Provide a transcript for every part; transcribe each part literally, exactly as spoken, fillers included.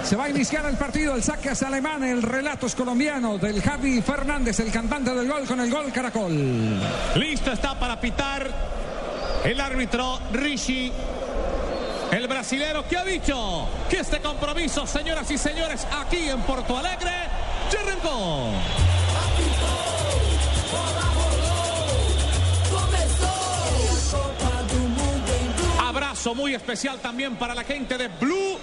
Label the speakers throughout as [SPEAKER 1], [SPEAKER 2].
[SPEAKER 1] Se va a iniciar el partido, el saque es alemán, el relato es colombiano del Javi Fernández, el cantante del gol con el gol Caracol.
[SPEAKER 2] Listo está para pitar el árbitro Rishi, el brasilero, que ha dicho que este compromiso, señoras y señores, aquí en Porto Alegre, ya arrancó. Abrazo muy especial también para la gente de Blue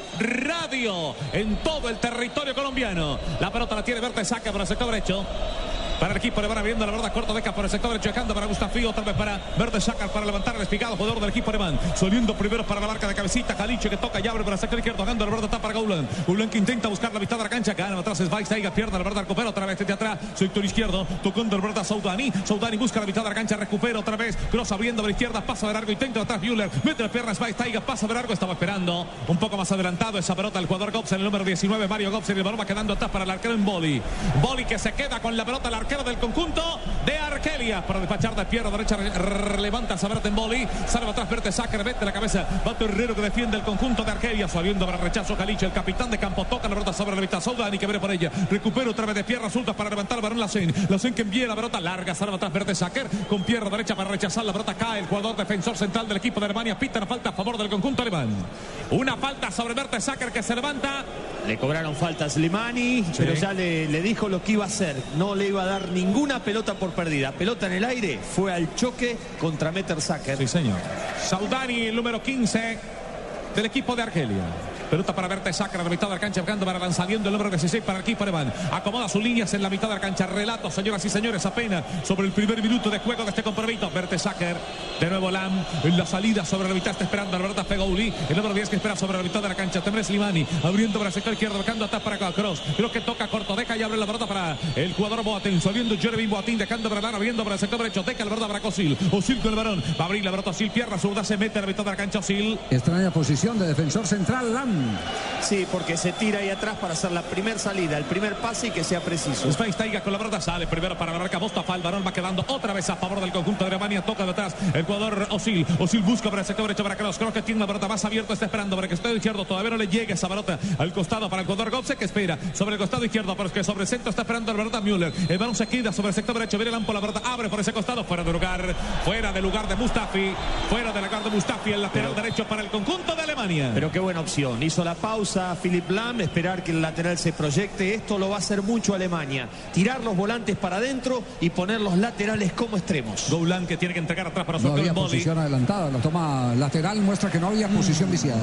[SPEAKER 2] Radio en todo el territorio colombiano. La pelota la tiene Mertesacker por el sector derecho. Para el equipo le van abriendo la verdad corto Deca por el sector derecho, dejando para Mustafi, otra vez para Mertesacker para levantar el espigado jugador del equipo alemán. Saliendo primero para la marca de cabecita, Jaliche que toca y abre para el sector izquierdo, dejando la verdad está para Goulan. Goulan que intenta buscar la mitad de la cancha, gana atrás es Weissteiger, pierde la verdad, recupera otra vez desde atrás, sector izquierdo, tocando la verdad Soudani. Soudani busca la mitad de la cancha, recupera otra vez, cross abriendo a la izquierda, pasa de largo, intenta atrás Müller, mete las piernas Weissteiger, pasa de largo, estaba esperando un poco más adelantado esa pelota el jugador Götze, el número diecinueve, Mario Götze, y el balón va quedando atrás para el arquero en Boli. Boli que se queda con la pelota, el arquero del conjunto de Argelia para despachar de pierna derecha, levanta Sabert en Boli, sale atrás Mertesacker, mete la cabeza, va Torrero que defiende el conjunto de Argelia, saliendo para el rechazo Jaliche, el capitán de campo, toca la pelota sobre la mitad, Soudani que viene por ella, recupera otra vez de piernas sueltas para levantar el balón Lassen, Lassen que envía la pelota larga, sale atrás Mertesacker, con pierna derecha para rechazar la pelota, cae el jugador defensor central del equipo de Alemania, pita una falta a favor del conjunto alemán, una falta sobre Mertesacker que se levanta.
[SPEAKER 3] Le cobraron falta a Slimani, sí, pero ya le, le dijo lo que iba a hacer, no le iba a dar ninguna pelota por perdida, pelota en el aire, fue al choque contra Mertesacker.
[SPEAKER 2] Sí, señor. Soudani, el número quince del equipo de Argelia. Pelota para Mertesacker a la mitad de la cancha, buscando para lanzamiento el número dieciséis para el equipo alemán. Acomoda sus líneas en la mitad de la cancha. Relato, señoras y señores, apenas sobre el primer minuto de juego de este compromiso. Mertesacker, de nuevo Lam, en la salida sobre la mitad, está esperando a la verdad Fegouli. El número diez que espera sobre la mitad de la cancha. Temre Slimani, abriendo para el sector izquierdo, buscando atrás para Cross. Creo que toca corto, deja y abre la pelota para el jugador Boateng. Saliendo Jeremy Boateng, dejando para Lara, abriendo para el sector derecho. Deja la verdad para Özil. Özil con el varón. Va a abrir la pelota Özil, pierna zurda, se mete a la mitad de la cancha Özil.
[SPEAKER 1] Extraña posición de defensor central, Lam.
[SPEAKER 3] Sí, porque se tira ahí atrás para hacer la primera salida, el primer pase y que sea preciso.
[SPEAKER 2] Schweinsteiger con la verdad sale primero para la marca Mustafa, el balón va quedando otra vez a favor del conjunto de Alemania, toca de atrás el jugador Özil, Özil busca para el sector derecho para Kroos, Kroos que tiene la pelota más abierta, está esperando para que esté izquierdo, todavía no le llegue esa pelota al costado para el jugador Götze que espera sobre el costado izquierdo, pero es que sobre el centro está esperando la pelota Müller, el balón se queda sobre el sector derecho, viene Lampo, la pelota abre por ese costado, fuera de lugar, fuera de lugar de Mustafi, fuera de lugar de Mustafi, el lateral pero, derecho para el conjunto de Alemania.
[SPEAKER 3] Pero qué buena opción, hizo la pausa Philipp Lahm, esperar que el lateral se proyecte, esto lo va a hacer mucho Alemania, tirar los volantes para adentro y poner los laterales como extremos.
[SPEAKER 2] Goulan que tiene que entregar atrás para su
[SPEAKER 1] no había posición adelantada, la toma lateral muestra que no había mm. posición viciada.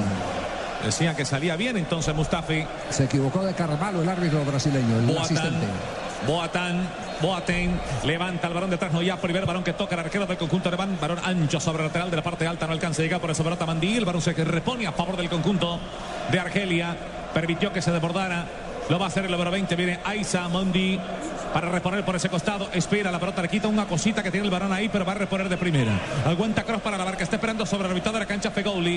[SPEAKER 2] Decía que salía bien entonces Mustafi.
[SPEAKER 1] Se equivocó de Carvalho el árbitro brasileño, el
[SPEAKER 2] Boateng,
[SPEAKER 1] asistente.
[SPEAKER 2] Boateng, Boateng levanta el balón detrás, no ya, primer balón que toca el arquero del conjunto alemán, balón ancho sobre el lateral de la parte alta, no alcanza a llegar por esa pelota Mandi, el balón se repone a favor del conjunto de Argelia, permitió que se desbordara, lo va a hacer el número veinte, viene Aissa Mandi para reponer por ese costado, espera la pelota, le quita una cosita que tiene el balón ahí, pero va a reponer de primera, aguanta Kroos para la marca, está esperando sobre la mitad de la cancha Fegouli.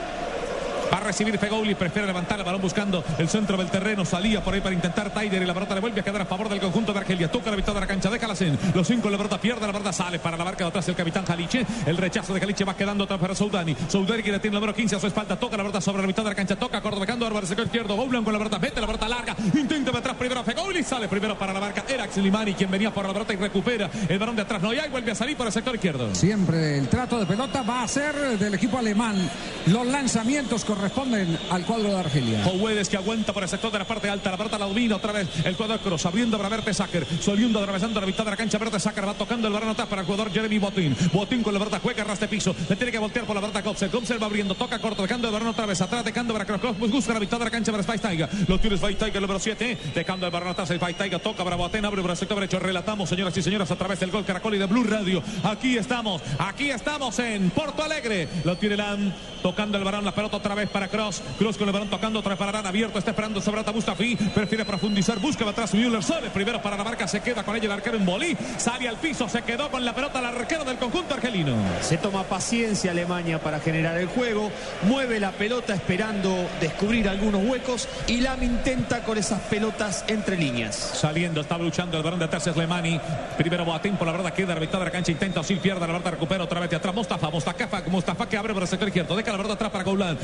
[SPEAKER 2] Va a recibir Fegouli, prefiere levantar el balón buscando el centro del terreno, salía por ahí para intentar Taider y la pelota le vuelve a quedar a favor del conjunto de Argelia, toca la mitad de la cancha, deja la Sen, los cinco la pelota pierde, la pelota sale para la marca de atrás el capitán Jaliche, el rechazo de Jaliche va quedando atrás para Soudani, Soudani que le tiene el número quince a su espalda, toca la pelota sobre la mitad de la cancha, toca corto, dejando al sector izquierdo, Goulan con la pelota, mete la pelota larga, intenta de atrás primero a Fegouli, sale primero para la marca, era Slimani quien venía por la pelota y recupera el balón de atrás, no ya y vuelve a salir por el sector izquierdo.
[SPEAKER 1] Siempre el trato de pelota va a ser del equipo alemán, los lanzamientos corresponden al cuadro de Argelia.
[SPEAKER 2] Jouedes que aguanta por el sector de la parte alta, la pelota la domina otra vez el jugador Kroos, abriendo para Mertesacker, soliendo atravesando la mitad de la cancha, Mertesacker va tocando el balón atrás para el jugador Jeremy Boateng, Boateng con la pelota juega ras de piso, le tiene que voltear por la pelota Götze, Götze va abriendo, toca corto, dejando el balón otra vez atrás, dejando para Kroos, pues busca la mitad de la cancha para Schweinsteiger, lo tiene Schweinsteiger, el número siete, dejando el balón atrás, el Schweinsteiger toca para Boateng, abre por el sector derecho, relatamos señoras y señores a través del gol Caracol y de Blue Radio, aquí estamos, aquí estamos en Porto Alegre, lo tiene Lam, tocando el balón, la pelota otra vez para Kroos, Kroos con el balón tocando otra vez para Ran, abierto, está esperando sobre Ata Mustafi, prefiere profundizar, busca atrás Müller, sale primero para la marca, se queda con ella el arquero en Boli, sale al piso, se quedó con la pelota el arquero del conjunto argelino.
[SPEAKER 3] Se toma paciencia Alemania para generar el juego, mueve la pelota esperando descubrir algunos huecos y Lam intenta con esas pelotas entre líneas.
[SPEAKER 2] Saliendo, está luchando el balón de atrás Slimani, primero Boateng por la verdad queda a la mitad de la cancha, intenta Özil, pierde la verdad, recupera otra vez de atrás Mustafa, Mustafa, Mustafa que abre por el sector izquierdo, deja la verdad atrás para Goulan, Goulan que pierde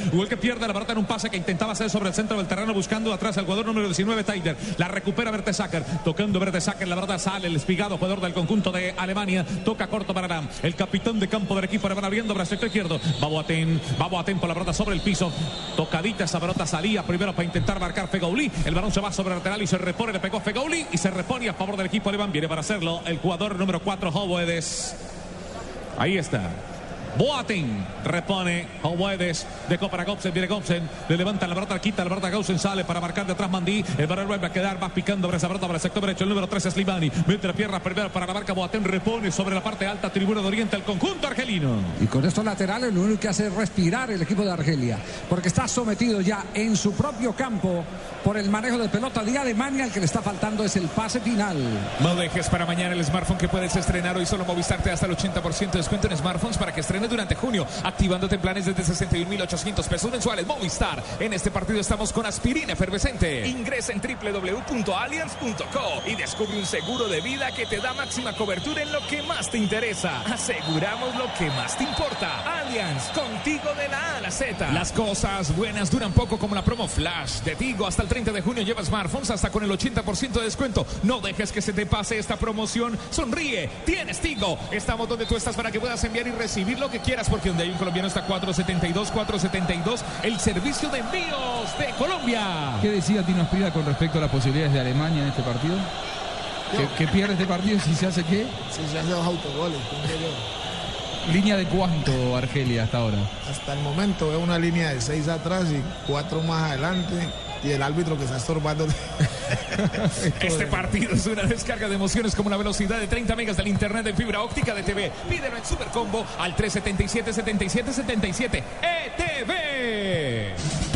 [SPEAKER 2] izquierda, la pelota en un pase que intentaba hacer sobre el centro del terreno, buscando atrás al jugador número diecinueve, Taider. La recupera Mertesacker, tocando Mertesacker, la verdad sale el espigado jugador del conjunto de Alemania, toca corto para Aram, el capitán de campo del equipo alemán, abriendo para el sector izquierdo. Va Boateng, va Boateng por la pelota sobre el piso, tocadita esa pelota, salía primero para intentar marcar Fegouli, el balón se va sobre el lateral y se repone, le pegó Fegouli y se repone a favor del equipo alemán. Viene para hacerlo el jugador número cuatro, Howedes. Ahí está. Boateng repone Howedes de Copa Gobsen, viene Gobsen, le levanta la pelota, quita la pelota, Gobsen sale para marcar detrás Mandí, el balón vuelve a quedar, va picando sobre esa pelota para el sector derecho, el número tres es Slimani, mete la pierna primero para la marca, Boateng repone sobre la parte alta, tribuna de Oriente, el conjunto argelino.
[SPEAKER 1] Y con estos laterales lo único que hace es respirar el equipo de Argelia, porque está sometido ya en su propio campo por el manejo de pelota de Alemania. El que le está faltando es el pase final.
[SPEAKER 4] No dejes para mañana el smartphone que puedes estrenar hoy. Solo Movistar te da hasta el ochenta por ciento de descuento en smartphones para que estrenes durante junio, activándote en planes desde sesenta y un mil ochocientos pesos mensuales. Movistar. En este partido estamos con aspirina efervescente. Ingresa en doble u doble u doble u punto allianz punto co y descubre un seguro de vida que te da máxima cobertura en lo que más te interesa. Aseguramos lo que más te importa. Allianz, contigo de la A a la Z. Las cosas buenas duran poco, como la promo Flash de Tigo. Hasta el treinta de junio lleva smartphones hasta con el ochenta por ciento de descuento. No dejes que se te pase esta promoción. Sonríe, tienes Tigo. Estamos donde tú estás para que puedas enviar y recibir lo que quieras, porque donde hay un colombiano está cuatro setenta y dos, cuatro setenta y dos, el servicio de envíos de Colombia.
[SPEAKER 5] ¿Qué decía Tino Asprilla con respecto a las posibilidades de Alemania en este partido? ¿Que, que pierde este partido si se hace qué?
[SPEAKER 6] Si se hace dos autogoles.
[SPEAKER 5] ¿Línea de cuánto Argelia hasta ahora?
[SPEAKER 6] Hasta el momento es una línea de seis atrás y cuatro más adelante. Y el árbitro que está estorbando.
[SPEAKER 4] Este partido es una descarga de emociones, como la velocidad de treinta megas del internet en fibra óptica de T V. Pídelo en Supercombo al tres setenta y siete, setenta y siete, setenta y siete. E T V.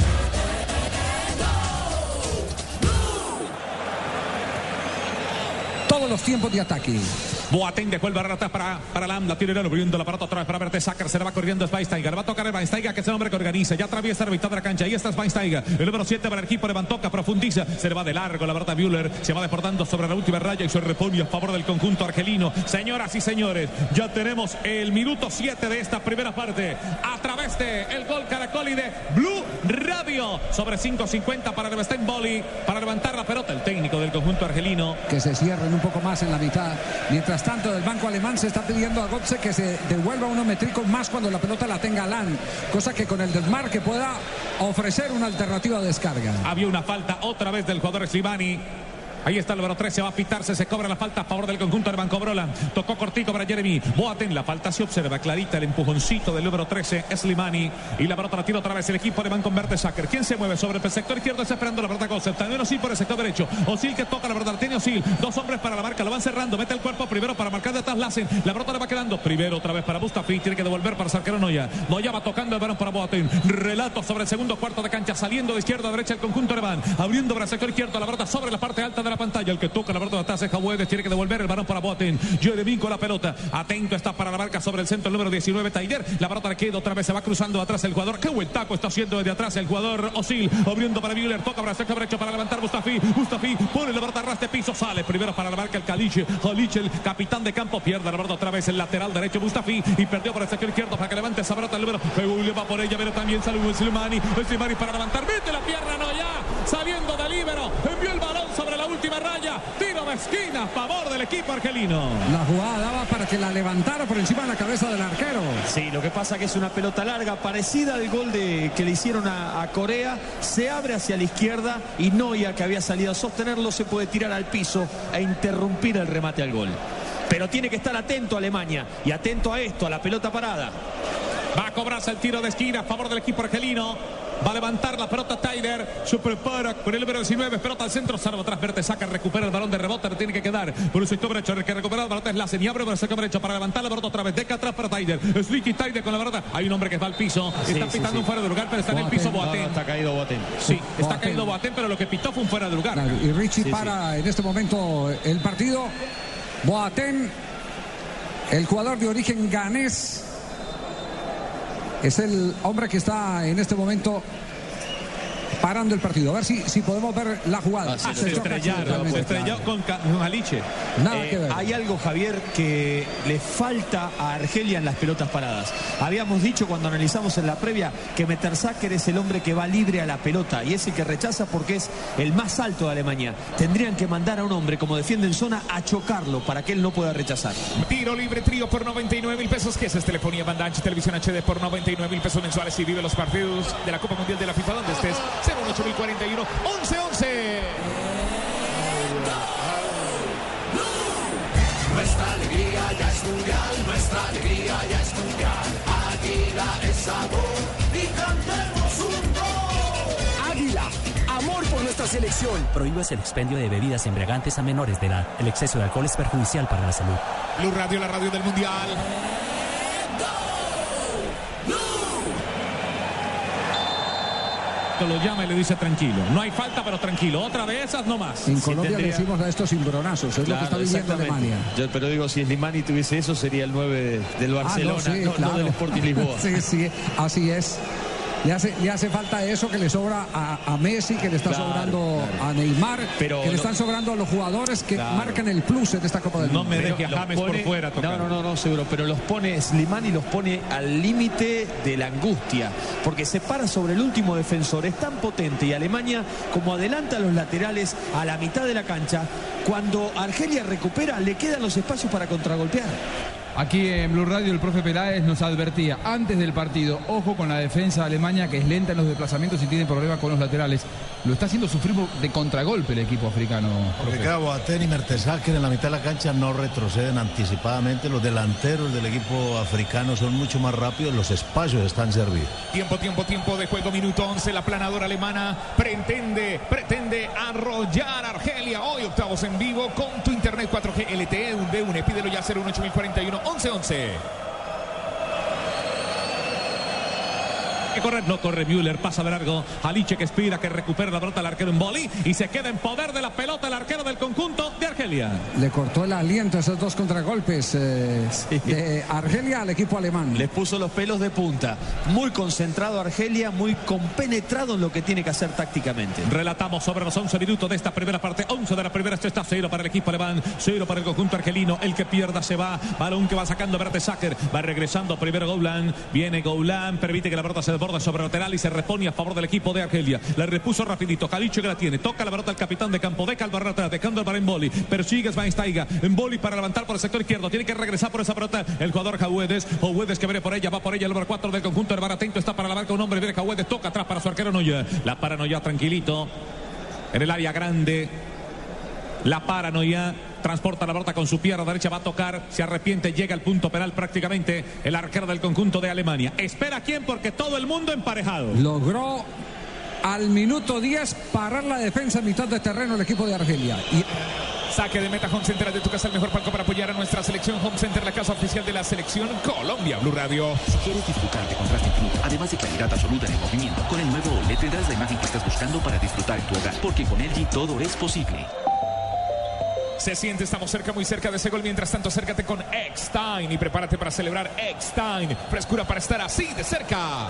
[SPEAKER 1] Todos los tiempos de ataque.
[SPEAKER 2] Boateng dejó el barra atrás para, para Lam, la tiene abriendo la pelota otra vez para Mertesacker, se le va corriendo Schweinsteiger, va a tocar el Schweinsteiger, que es el hombre que organiza, ya atraviesa la mitad de la cancha, ahí está Schweinsteiger, el número siete para el equipo de Bantoca, profundiza, se le va de largo la pelota Müller, se va desbordando sobre la última raya y se repone a favor del conjunto argelino. Señoras y señores, ya tenemos el minuto siete de esta primera parte, a través de el Gol Caracol y de Blue Radio, sobre cinco cincuenta para el Steinboli, para levantar la pelota, el técnico del conjunto argelino.
[SPEAKER 1] Que se cierren un poco más en la mitad, mientras tanto del banco alemán se está pidiendo a Götze que se devuelva unos metricos más cuando la pelota la tenga Lan, cosa que con el desmarque pueda ofrecer una alternativa de descarga.
[SPEAKER 2] Había una falta otra vez del jugador Slimani. Ahí está el número trece, va a pitarse, se cobra la falta a favor del conjunto de Bancobrola. Tocó cortico para Jeremy Boateng, la falta se observa clarita, el empujoncito del número trece, Slimani. Y la pelota la tira otra vez el equipo alemán con Mertesacker. ¿Quién se mueve sobre el sector izquierdo? Está esperando la pelota Gosset. También Osil por el sector derecho. Osil que toca la pelota, tiene Osil. Dos hombres para la marca, lo van cerrando, mete el cuerpo primero para marcar de atrás Lassen. La pelota le va quedando primero otra vez para Mustafi, tiene que devolver para Sarquero Noya. Noya va tocando el balón para Boateng. Relato sobre el segundo cuarto de cancha, saliendo de izquierda a derecha el conjunto alemán. Abriendo para el sector izquierdo, la pelota sobre la parte alta de la pantalla. El que toca la pelota de atrás es Howedes, tiene que devolver el balón para Boateng. Jeremy con la pelota, atento está para la marca sobre el centro el número diecinueve, Taider. La pelota le queda otra vez, se va cruzando atrás el jugador. Qué buen taco está haciendo desde atrás el jugador Osil, abriendo para Müller, toca para el sector derecho para levantar Mustafi. Mustafi pone la pelota a ras de piso, sale primero para la marca el Kalic. Kalic, el capitán de campo, pierde la pelota otra vez el lateral derecho Mustafi y perdió por el sector izquierdo para que levante esa pelota el número. Fegouli va por ella, pero también sale Slimani. Slimani para levantar, mete la pierna, no ya, saliendo de líbero, envió el balón sobre la última raya, tiro de esquina a favor del equipo argelino.
[SPEAKER 1] La jugada daba para que la levantara por encima de la cabeza del arquero.
[SPEAKER 3] Sí, lo que pasa que es una pelota larga, parecida al gol de, que le hicieron a, a Corea. Se abre hacia la izquierda y Noya, que había salido a sostenerlo, se puede tirar al piso e interrumpir el remate al gol. Pero tiene que estar atento Alemania y atento a esto, a la pelota parada.
[SPEAKER 2] Va a cobrarse el tiro de esquina a favor del equipo argelino. Va a levantar la pelota Tyler. Se prepara con el número diecinueve. Pelota al centro. Salva atrás. Mertesacker recupera el balón de rebote. Le tiene que quedar por el sector derecho. El que recupera el balón es Lassen. Y abre por el sector derecho para levantar la pelota otra vez. Deca atrás para Tyler. Slicky Tyler con la pelota. Hay un hombre que va al piso. Sí, está pitando sí, sí. un fuera de lugar, pero está Boateng. En el piso Boateng. No, no,
[SPEAKER 3] está caído Boateng.
[SPEAKER 2] Sí, está Boateng. caído Boateng, pero lo que pitó fue un fuera de lugar.
[SPEAKER 1] Claro, y Richie sí, para
[SPEAKER 3] sí.
[SPEAKER 1] en este momento el partido. Boateng, el jugador de origen ganés, es el hombre que está en este momento parando el partido. A ver si, si podemos ver la jugada.
[SPEAKER 2] Ah, se estrellaron, se estrelló con, con Aliche.
[SPEAKER 1] Nada
[SPEAKER 3] eh,
[SPEAKER 1] que ver.
[SPEAKER 3] Hay algo, Javier, que le falta a Argelia en las pelotas paradas. Habíamos dicho cuando analizamos en la previa que Mertesacker es el hombre que va libre a la pelota y es el que rechaza porque es el más alto de Alemania. Tendrían que mandar a un hombre como defiende en zona a chocarlo para que él no pueda rechazar.
[SPEAKER 4] Tiro libre trío por noventa y nueve mil pesos. ¿Qué es este? Telefonía banda ancha, televisión H D por noventa y nueve mil pesos mensuales y vive los partidos de la Copa Mundial de la FIFA donde estés. cero uno ocho mil cuarenta y uno once once.
[SPEAKER 7] Nuestra alegría ya es mundial, nuestra alegría ya es mundial. Águila es sabor y cantemos un gol.
[SPEAKER 8] Águila, amor por nuestra selección.
[SPEAKER 9] Prohíbas el expendio de bebidas embriagantes a menores de edad. El exceso de alcohol es perjudicial para la salud.
[SPEAKER 4] Blue Radio, la radio del mundial.
[SPEAKER 2] Lo llama y le dice tranquilo. No hay falta, pero tranquilo. Otra de esas no más.
[SPEAKER 1] En
[SPEAKER 3] Sí,
[SPEAKER 1] Colombia
[SPEAKER 3] tendría...
[SPEAKER 1] le decimos a estos cimbronazos. Es
[SPEAKER 3] Claro,
[SPEAKER 1] lo que está viviendo Alemania.
[SPEAKER 3] Yo, pero digo, si Slimani tuviese eso, sería el nueve del Barcelona,
[SPEAKER 1] Ah, no, sí,
[SPEAKER 3] no,
[SPEAKER 1] claro.
[SPEAKER 3] no del Sporting Lisboa.
[SPEAKER 1] Sí, sí, así es. Le hace, le hace falta eso que le sobra a, a Messi, que le está
[SPEAKER 3] Claro,
[SPEAKER 1] sobrando
[SPEAKER 3] claro.
[SPEAKER 1] a Neymar,
[SPEAKER 3] Pero
[SPEAKER 1] que le
[SPEAKER 3] lo-
[SPEAKER 1] están sobrando a los jugadores que
[SPEAKER 3] Claro.
[SPEAKER 1] marcan el plus en esta Copa del
[SPEAKER 2] No
[SPEAKER 1] Mundo.
[SPEAKER 2] me
[SPEAKER 3] Pero
[SPEAKER 2] deje a
[SPEAKER 3] los
[SPEAKER 2] James por
[SPEAKER 3] pone-
[SPEAKER 2] fuera
[SPEAKER 3] No,
[SPEAKER 2] tocando.
[SPEAKER 3] no, no, no, seguro, pero los pone Slimani, los pone al límite de la angustia, porque se para sobre el último defensor, es tan potente y Alemania, como adelanta a los laterales a la mitad de la cancha, cuando Argelia recupera, le quedan los espacios para contragolpear.
[SPEAKER 5] Aquí en Blue Radio el profe Peláez nos advertía antes del partido, ojo con la defensa de Alemania que es lenta en los desplazamientos y tiene problemas con los laterales. Lo está haciendo sufrir de contragolpe el equipo africano.
[SPEAKER 10] Porque
[SPEAKER 5] profe.
[SPEAKER 10] claro, Boateng y Mertesacker en la mitad de la cancha no retroceden anticipadamente. Los delanteros del equipo africano son mucho más rápidos, los espacios están servidos.
[SPEAKER 4] Tiempo, tiempo, tiempo de juego, minuto once. La planadora alemana pretende, pretende arrollar a Argelia. Hoy octavos en vivo con tu internet cuatro G L T E, un D uno, pídelo ya cero uno ocho mil cuarenta y uno once once.
[SPEAKER 2] Que correr, no corre Müller, pasa de largo. Aliche que expira, que recupera la pelota el arquero en boli y se queda en poder de la pelota el arquero del conjunto de Argelia.
[SPEAKER 1] Le cortó el aliento a esos dos contragolpes eh,
[SPEAKER 3] Sí.
[SPEAKER 1] de Argelia al equipo alemán.
[SPEAKER 3] Les puso los pelos de punta. Muy concentrado Argelia, muy compenetrado en lo que tiene que hacer tácticamente.
[SPEAKER 2] Relatamos sobre los once minutos de esta primera parte. once de la primera, esto está cero para el equipo alemán, cero para el conjunto argelino. El que pierda se va. Balón que va sacando Mertesacker, va regresando primero Goulan. Viene Goulan, permite que la pelota se desborde sobre lateral y se repone a favor del equipo de Argelia. La repuso rapidito, Calicho que la tiene, toca la pelota al capitán de campo, deja el barra atrás, dejando para Emboli, persigue Schweinsteiger, Emboli para levantar por el sector izquierdo, tiene que regresar por esa pelota el jugador Jauedes, Jauedes que viene por ella, va por ella el número cuatro del conjunto, el bar atento está para la marca un hombre, viene Jauedes, toca atrás para su arquero Neuer, la paranoia tranquilito, en el área grande, la paranoia, transporta la pelota con su pierna derecha, va a tocar, se arrepiente, llega al punto penal prácticamente el arquero del conjunto de Alemania. ¿Espera quién? Porque todo el mundo emparejado.
[SPEAKER 1] Logró al minuto diez parar la defensa en mitad de terreno el equipo de Argelia. Y
[SPEAKER 4] Saque de meta, Home Center de tu casa, el mejor palco para apoyar a nuestra selección. Home Center, la casa oficial de la selección Colombia. Blue Radio.
[SPEAKER 11] Si quieres disfrutar de contraste infinito, además de claridad absoluta en el movimiento, con el nuevo O L E D tendrás la imagen que estás buscando para disfrutar en tu hogar, porque con L G todo es posible.
[SPEAKER 4] Se siente, estamos cerca, muy cerca de ese gol. Mientras tanto, acércate con Eckstein y prepárate para celebrar Eckstein. Frescura para estar así de cerca.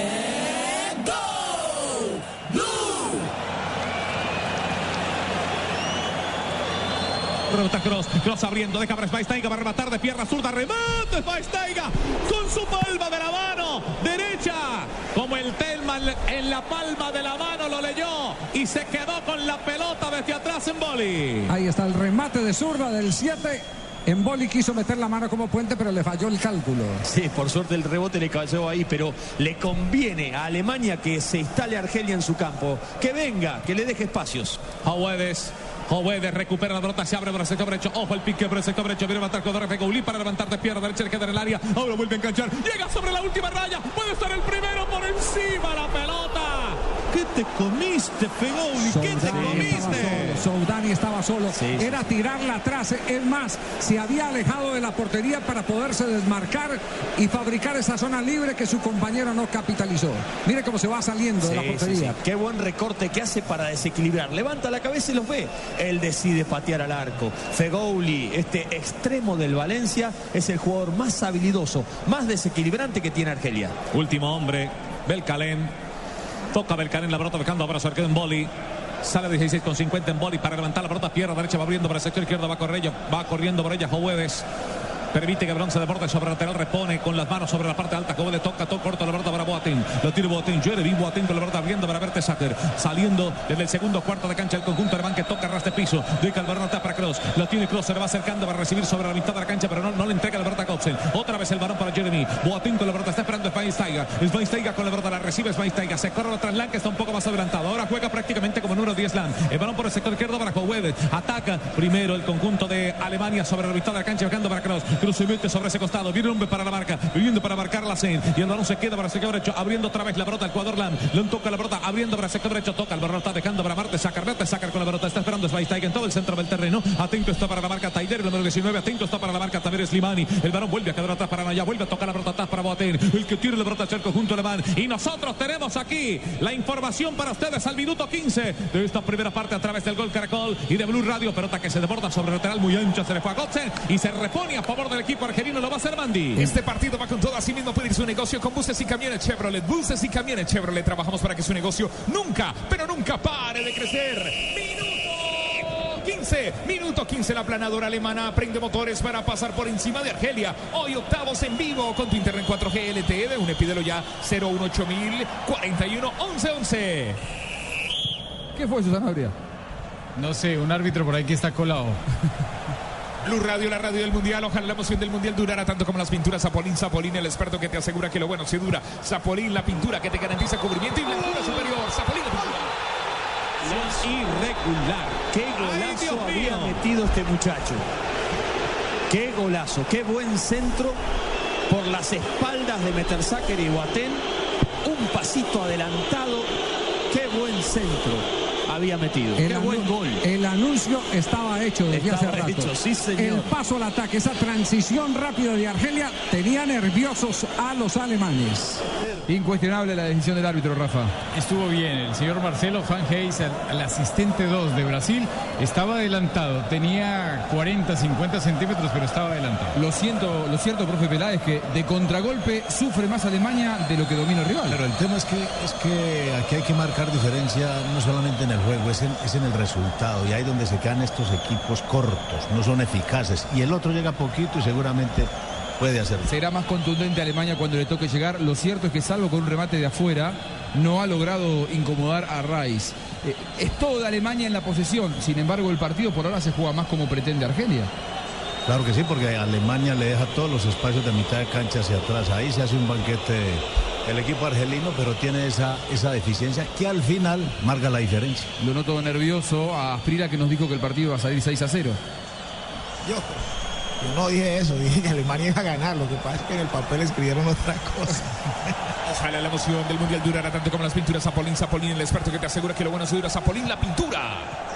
[SPEAKER 2] Rebota Kroos, Kroos abriendo, deja para Schweinsteiger, va a rematar de pierna zurda, remate Schweinsteiger con su palma de la mano derecha, como el Telman en la palma de la mano lo leyó y se quedó con la pelota desde atrás en Boli.
[SPEAKER 1] ahí está el remate de zurda del siete. Emboli quiso meter la mano como puente, pero le falló el cálculo.
[SPEAKER 3] Sí, por suerte el rebote le cayó ahí, pero le conviene a Alemania que se instale Argelia en su campo, que venga, que le deje espacios.
[SPEAKER 2] Jauedes. Jauedes recupera la pelota, se abre por el sector derecho. Ojo el pique por el sector derecho. Viene a matar con Goulí para levantar de pierna derecha. Le queda en el área. Ahora vuelve a enganchar. Llega sobre la última raya. Puede estar el primero por encima la pelota. ¿Qué te comiste, Fegouli? ¿Qué te comiste?
[SPEAKER 1] Soudani estaba solo.
[SPEAKER 2] Sí, sí,
[SPEAKER 1] Era
[SPEAKER 2] sí.
[SPEAKER 1] tirarla atrás. Es más, se había alejado de la portería para poderse desmarcar y fabricar esa zona libre que su compañero no capitalizó. Mire cómo se va saliendo de la
[SPEAKER 3] Sí,
[SPEAKER 1] portería.
[SPEAKER 3] sí, sí. Qué buen recorte que hace para desequilibrar. Levanta la cabeza y los ve. Él decide patear al arco. Fegouli, este extremo del Valencia, es el jugador más habilidoso, más desequilibrante que tiene Argelia.
[SPEAKER 2] Último hombre, Belkalem. Toca Belcan en la pelota, buscando ahora cerca en Boli. Sale dieciséis con cincuenta en Boli para levantar la pelota. Pierna derecha, va abriendo para el sector izquierdo. Va, corriendo, va corriendo por ella Jovedes. Permite que Bronce deporte sobre el lateral, repone con las manos sobre la parte alta. Como le toca, todo corto la pelota para Boateng. Lo tiene Boateng, Jeremy Boateng con la pelota abriendo para Mertesacker. Saliendo desde el segundo cuarto de cancha el conjunto alemán que toca ras de piso. Deja el balón atrás para Kroos. Lo tiene Kroos, se le va acercando para recibir sobre la mitad de la cancha, pero no, no le entrega la pelota a Kopsen. Otra vez el balón para Jeremy. Boateng con la pelota, está esperando Schweinsteiger. Schweinsteiger con la pelota, la recibe Schweinsteiger. Se corre atrás Lang, que está un poco más adelantado. Ahora juega prácticamente como número diez Lang. El balón por el sector izquierdo para Howard. Ataca primero el conjunto de Alemania sobre la mitad de la cancha, buscando para Kroos. Kroos se mete sobre ese costado, viene un hombre para la marca, viviendo para marcar la Sen, y el balón se queda para el sector derecho, abriendo otra vez la pelota el jugador Lam, Lam toca la pelota, abriendo para el sector derecho, toca el balón, está dejando para Mertesacker, Mertesacker con la pelota, está esperando Schweinsteiger en todo el centro del terreno, atento está para la marca Taider, el número diecinueve, atento está para la marca Tamer Slimani, el balón vuelve a quedar atrás para Naya, vuelve a tocar la pelota atrás para Boateng, el que tira la pelota hacia el conjunto alemán, y nosotros tenemos aquí la información para ustedes al minuto quince de esta primera parte a través del Gol Caracol y de Blue Radio, pelota que se desborda sobre el lateral muy ancho, se le fue a Götze y se repone a favor del equipo argelino, lo va a hacer Mandi.
[SPEAKER 4] Este partido va con todo, así mismo puede ir su negocio con buses y camiones Chevrolet. Buses y camiones Chevrolet. Trabajamos para que su negocio nunca, pero nunca pare de crecer. Minuto quince. Minuto quince. La planadora alemana prende motores para pasar por encima de Argelia. Hoy octavos en vivo con tu internet cuatro G L T E de UNE. Pídelo ya. cero uno ocho mil cuarenta y uno once once.
[SPEAKER 5] ¿Qué fue, Susana Abria?
[SPEAKER 12] No sé, un árbitro por ahí que está colado.
[SPEAKER 4] Blue Radio, la radio del Mundial. Ojalá la emoción del Mundial durara tanto como las pinturas Zapolín. Zapolín, el experto que te asegura que lo bueno se dura. Zapolín, la pintura que te garantiza cubrimiento y blancura superior. Zapolín, la
[SPEAKER 3] pintura. Irregular. Qué golazo había metido este muchacho. Qué golazo. Qué buen centro por las espaldas de Mertesacker y Boateng. Un pasito adelantado. Qué buen centro había metido.
[SPEAKER 1] El
[SPEAKER 3] Qué buen gol.
[SPEAKER 1] El anuncio estaba hecho desde
[SPEAKER 3] estaba
[SPEAKER 1] hace rato.
[SPEAKER 3] Hecho, sí, señor.
[SPEAKER 1] El paso al ataque, esa transición rápida de Argelia tenía nerviosos a los alemanes.
[SPEAKER 5] Incuestionable la decisión del árbitro, Rafa.
[SPEAKER 12] Estuvo bien. El señor Marcelo Van Hayes, el asistente dos de Brasil, estaba adelantado. Tenía cuarenta, cincuenta centímetros, pero estaba adelantado.
[SPEAKER 5] Lo siento, lo cierto, profe Peláez, que de contragolpe sufre más Alemania de lo que domina el rival.
[SPEAKER 10] Pero el tema es que, es que aquí hay que marcar diferencia no solamente en el juego, es en, es en el resultado, y ahí donde se quedan estos equipos cortos, no son eficaces, y el otro llega poquito y seguramente puede hacerlo.
[SPEAKER 5] Será más contundente Alemania cuando le toque llegar. Lo cierto es que salvo con un remate de afuera, no ha logrado incomodar a Rice. Eh, es todo de Alemania en la posesión, sin embargo el partido por ahora se juega más como pretende Argelia.
[SPEAKER 10] Claro que sí, porque Alemania le deja todos los espacios de mitad de cancha hacia atrás, ahí se hace un banquete el equipo argelino, pero tiene esa, esa deficiencia que al final marca la diferencia.
[SPEAKER 5] Lo noto nervioso a Asprila, que nos dijo que el partido va a salir seis a cero.
[SPEAKER 6] Yo, yo no dije eso, dije que Alemania iba a ganar, lo que pasa es que en el papel escribieron otra cosa.
[SPEAKER 4] Ojalá la emoción del Mundial durara tanto como las pinturas Zapolín. Zapolín, el experto que te asegura que lo bueno se dura. Zapolín, la pintura.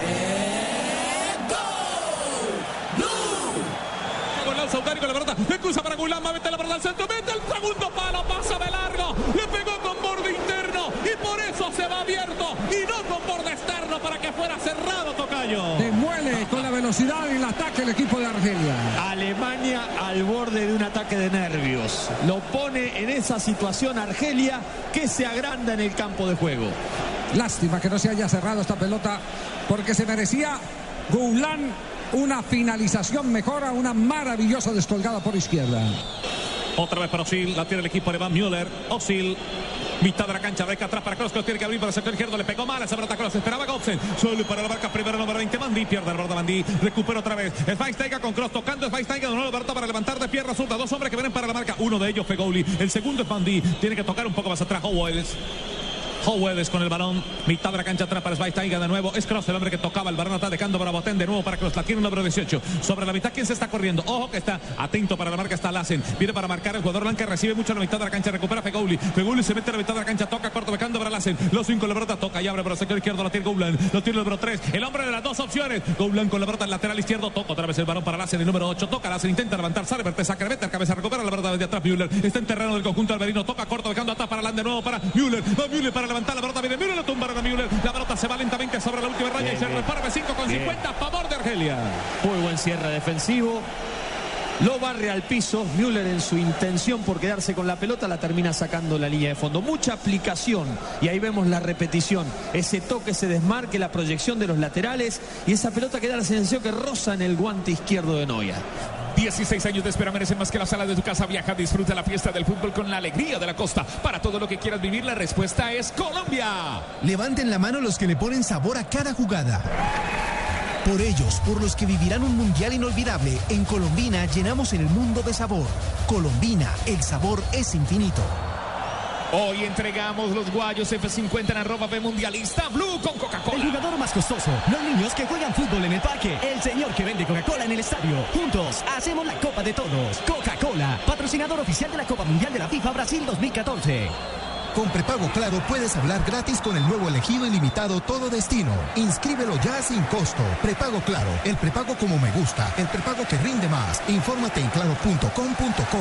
[SPEAKER 2] Sautari con la pelota, le cruza para Gulán, va a meter la pelota al centro, mete el segundo palo, pasa de largo, le pegó con borde interno y por eso se va abierto y no con borde externo para que fuera cerrado, tocayo.
[SPEAKER 1] Demuele con la velocidad y el ataque el equipo de Argelia.
[SPEAKER 3] Alemania al borde de un ataque de nervios. Lo pone en esa situación Argelia, que se agranda en el campo de juego.
[SPEAKER 1] Lástima que no se haya cerrado esta pelota porque se merecía Gulán una finalización mejor, a una maravillosa descolgada por izquierda.
[SPEAKER 2] Otra vez para Özil, la tiene el equipo alemán. Müller, Özil, mitad de la cancha, deja atrás para Kroos, que tiene que abrir para el sector izquierdo, le pegó mal esa pelota Kroos, esperaba Götze, solo para la marca primero número veinte, Mandi, pierde el borde Mandi, recupera otra vez, Schweinsteiger con Kroos, tocando Schweinsteiger, de nuevo la pelota para levantar de pierna zurda, dos hombres que vienen para la marca, uno de ellos Feghouli, el segundo es Mandi, tiene que tocar un poco más atrás Howells. Howells con el balón, mitad de la cancha atrás para Schweinsteiger de nuevo, es Kroos el hombre que tocaba el balón, está dejando para Boateng de nuevo para Kroos, la tiene el número dieciocho, sobre la mitad, ¿quién se está corriendo? Ojo que está atento para la marca, está Lassen, viene para marcar el jugador blanca, recibe mucho en la mitad de la cancha, recupera Feghouli, Feghouli se mete a la mitad de la cancha, toca corto, dejando para Lassen, los cinco la pelota, toca y abre para el sector izquierdo, la tiene Goulan, lo tiene el número tres, el hombre de las dos opciones, Goulan con la pelota, el lateral izquierdo, toca otra vez el balón para Lassen, el número ocho, toca Lassen, intenta levantar, sale, Mertesacker, mete cabeza, recupera la pelota desde atrás, Müller, está en terreno del conjunto alberino, toca corto, dejando atrás para Land de nuevo para Müller, va Müller para levantar la pelota, viene Müller, lo tumbaron a Müller, la pelota se va lentamente sobre la última raya bien, y se repara de cinco con cincuenta a favor de Argelia.
[SPEAKER 3] Muy buen cierre defensivo, Lo barre al piso. Müller, en su intención por quedarse con la pelota, la termina sacando la línea de fondo. Mucha aplicación. Y ahí vemos la repetición. Ese toque, ese desmarque, la proyección de los laterales. Y esa pelota que da la sensación que roza en el guante izquierdo de Neuer.
[SPEAKER 4] dieciséis años de espera merecen más que la sala de tu casa. Viaja, disfruta la fiesta del fútbol con la alegría de la costa. Para todo lo que quieras vivir, la respuesta es Colombia.
[SPEAKER 13] Levanten la mano los que le ponen sabor a cada jugada. Por ellos, por los que vivirán un mundial inolvidable, en Colombina llenamos el mundo de sabor. Colombina, el sabor es infinito.
[SPEAKER 4] Hoy entregamos los guayos F cincuenta en arroba B Mundialista Blue con Coca-Cola.
[SPEAKER 14] El jugador más costoso, los niños que juegan fútbol en el parque, el señor que vende Coca-Cola en el estadio. Juntos hacemos la Copa de Todos. Coca-Cola, patrocinador oficial de la Copa Mundial de la FIFA Brasil dos mil catorce.
[SPEAKER 13] Con prepago Claro puedes hablar gratis con el nuevo elegido ilimitado Todo Destino. Inscríbelo ya sin costo. Prepago Claro, el prepago como me gusta, el prepago que rinde más. Infórmate en claro punto com punto co.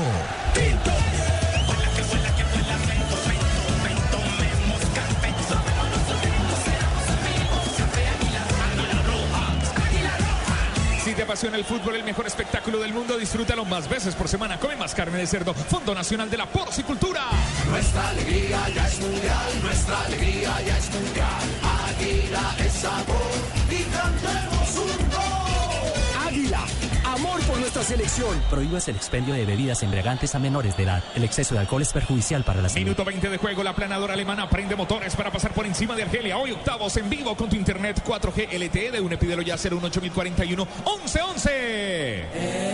[SPEAKER 4] Si te apasiona el fútbol, el mejor espectáculo del mundo, disfrútalo más veces por semana. Come más carne de cerdo. Fondo Nacional de la Porcicultura.
[SPEAKER 7] Nuestra alegría ya es mundial, nuestra alegría ya es mundial. Águila es sabor y cantemos un gol.
[SPEAKER 8] Águila, amor por nuestra selección.
[SPEAKER 9] Prohíbas el expendio de bebidas embriagantes a menores de edad. El exceso de alcohol es perjudicial para la salud.
[SPEAKER 4] Minuto veinte de juego. La planadora alemana prende motores para pasar por encima de Argelia. Hoy octavos en vivo con tu internet cuatro G L T E de UNE. Pídelo ya cero uno ocho mil cuarenta y uno once once.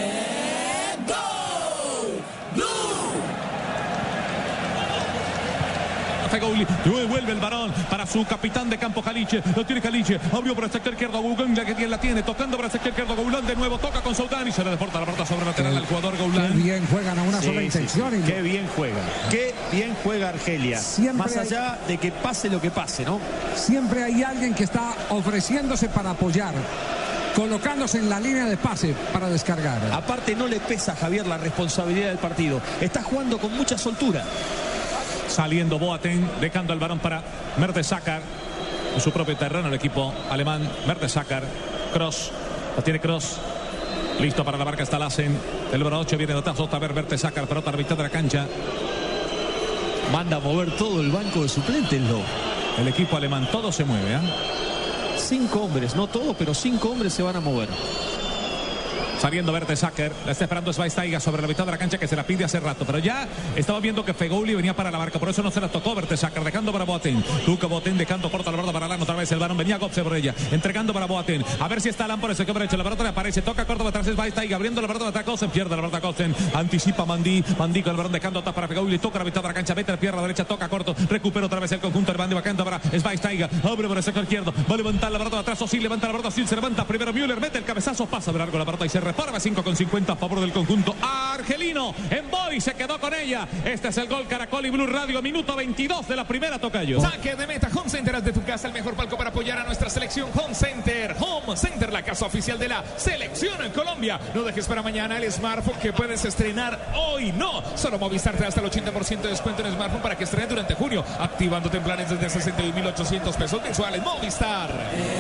[SPEAKER 2] Fegouli devuelve el balón para su capitán de campo, Caliche. Lo tiene Caliche. Abrió por el sector izquierdo Goulán, ya que bien la tiene. Tocando por el sector izquierdo Goulán. De nuevo toca con Soldán y se le deporta la pelota sobre el lateral al jugador Goulán.
[SPEAKER 1] Qué bien juegan a una
[SPEAKER 3] Sí,
[SPEAKER 1] sola
[SPEAKER 3] sí,
[SPEAKER 1] intención.
[SPEAKER 3] sí.
[SPEAKER 1] Y
[SPEAKER 3] Qué bien juega. Qué bien juega Argelia.
[SPEAKER 1] Siempre
[SPEAKER 3] Más
[SPEAKER 1] hay-
[SPEAKER 3] allá de que pase lo que pase, ¿no?
[SPEAKER 1] Siempre hay alguien que está ofreciéndose para apoyar, colocándose en la línea de pase para descargar.
[SPEAKER 3] Aparte no le pesa a Javier la responsabilidad del partido. Está jugando con mucha soltura.
[SPEAKER 2] Saliendo Boateng, dejando el balón para Mertesacker. En su propio terreno el equipo alemán. Mertesacker, Kroos, la tiene Kroos. Listo para la marca está Lassen. El número ocho viene de atrás otra vez Mertesacker, pelota a la mitad de la cancha.
[SPEAKER 3] Manda a mover todo el banco de suplentes, lo.
[SPEAKER 2] El equipo alemán, todo se mueve, ¿eh?
[SPEAKER 3] Cinco hombres, no todo, pero cinco hombres se van a mover.
[SPEAKER 2] Saliendo Mertesacker, la está esperando Schweinsteiger sobre la mitad de la cancha que se la pide hace rato, pero ya estaba viendo que Fegouli venía para la marca, por eso no se la tocó Mertesacker, dejando para Boateng. Luca Boateng dejando corta la pelota para Alan, otra vez el balón venía Götze por ella, entregando para Boateng. A ver si está Alan por ese que derecho, la pelota le aparece, toca corto atrás Schweinsteiger, abriendo la pelota atrás Götze, pierde la pelota Götze, anticipa Mandi, Mandi con el balón dejando atrás para Fegouli, toca la mitad de la cancha, mete la pierna derecha, toca corto, recupera otra vez el conjunto del Mandi, bajando para Schweinsteiger, abre por el sector izquierdo, va a levantar la pelota de atrás, Özil levanta la pelota, Özil se levanta, primero Müller, mete el cabezazo, pasa de largo la pelota y se repara cinco con cincuenta a favor del conjunto argelino. En Boy se quedó con ella. Este es el gol Caracol y Blue Radio, minuto veintidós de la primera, tocayo.
[SPEAKER 4] Saque de meta. Home Center, haz de tu casa el mejor palco para apoyar a nuestra selección. Home Center. Home Center, la casa oficial de la selección en Colombia. No dejes para mañana el smartphone que puedes estrenar hoy. No, solo Movistar te da hasta el ochenta por ciento de descuento en smartphone para que estrenes durante junio, activándote en planes desde sesenta y un mil ochocientos pesos mensuales. Movistar.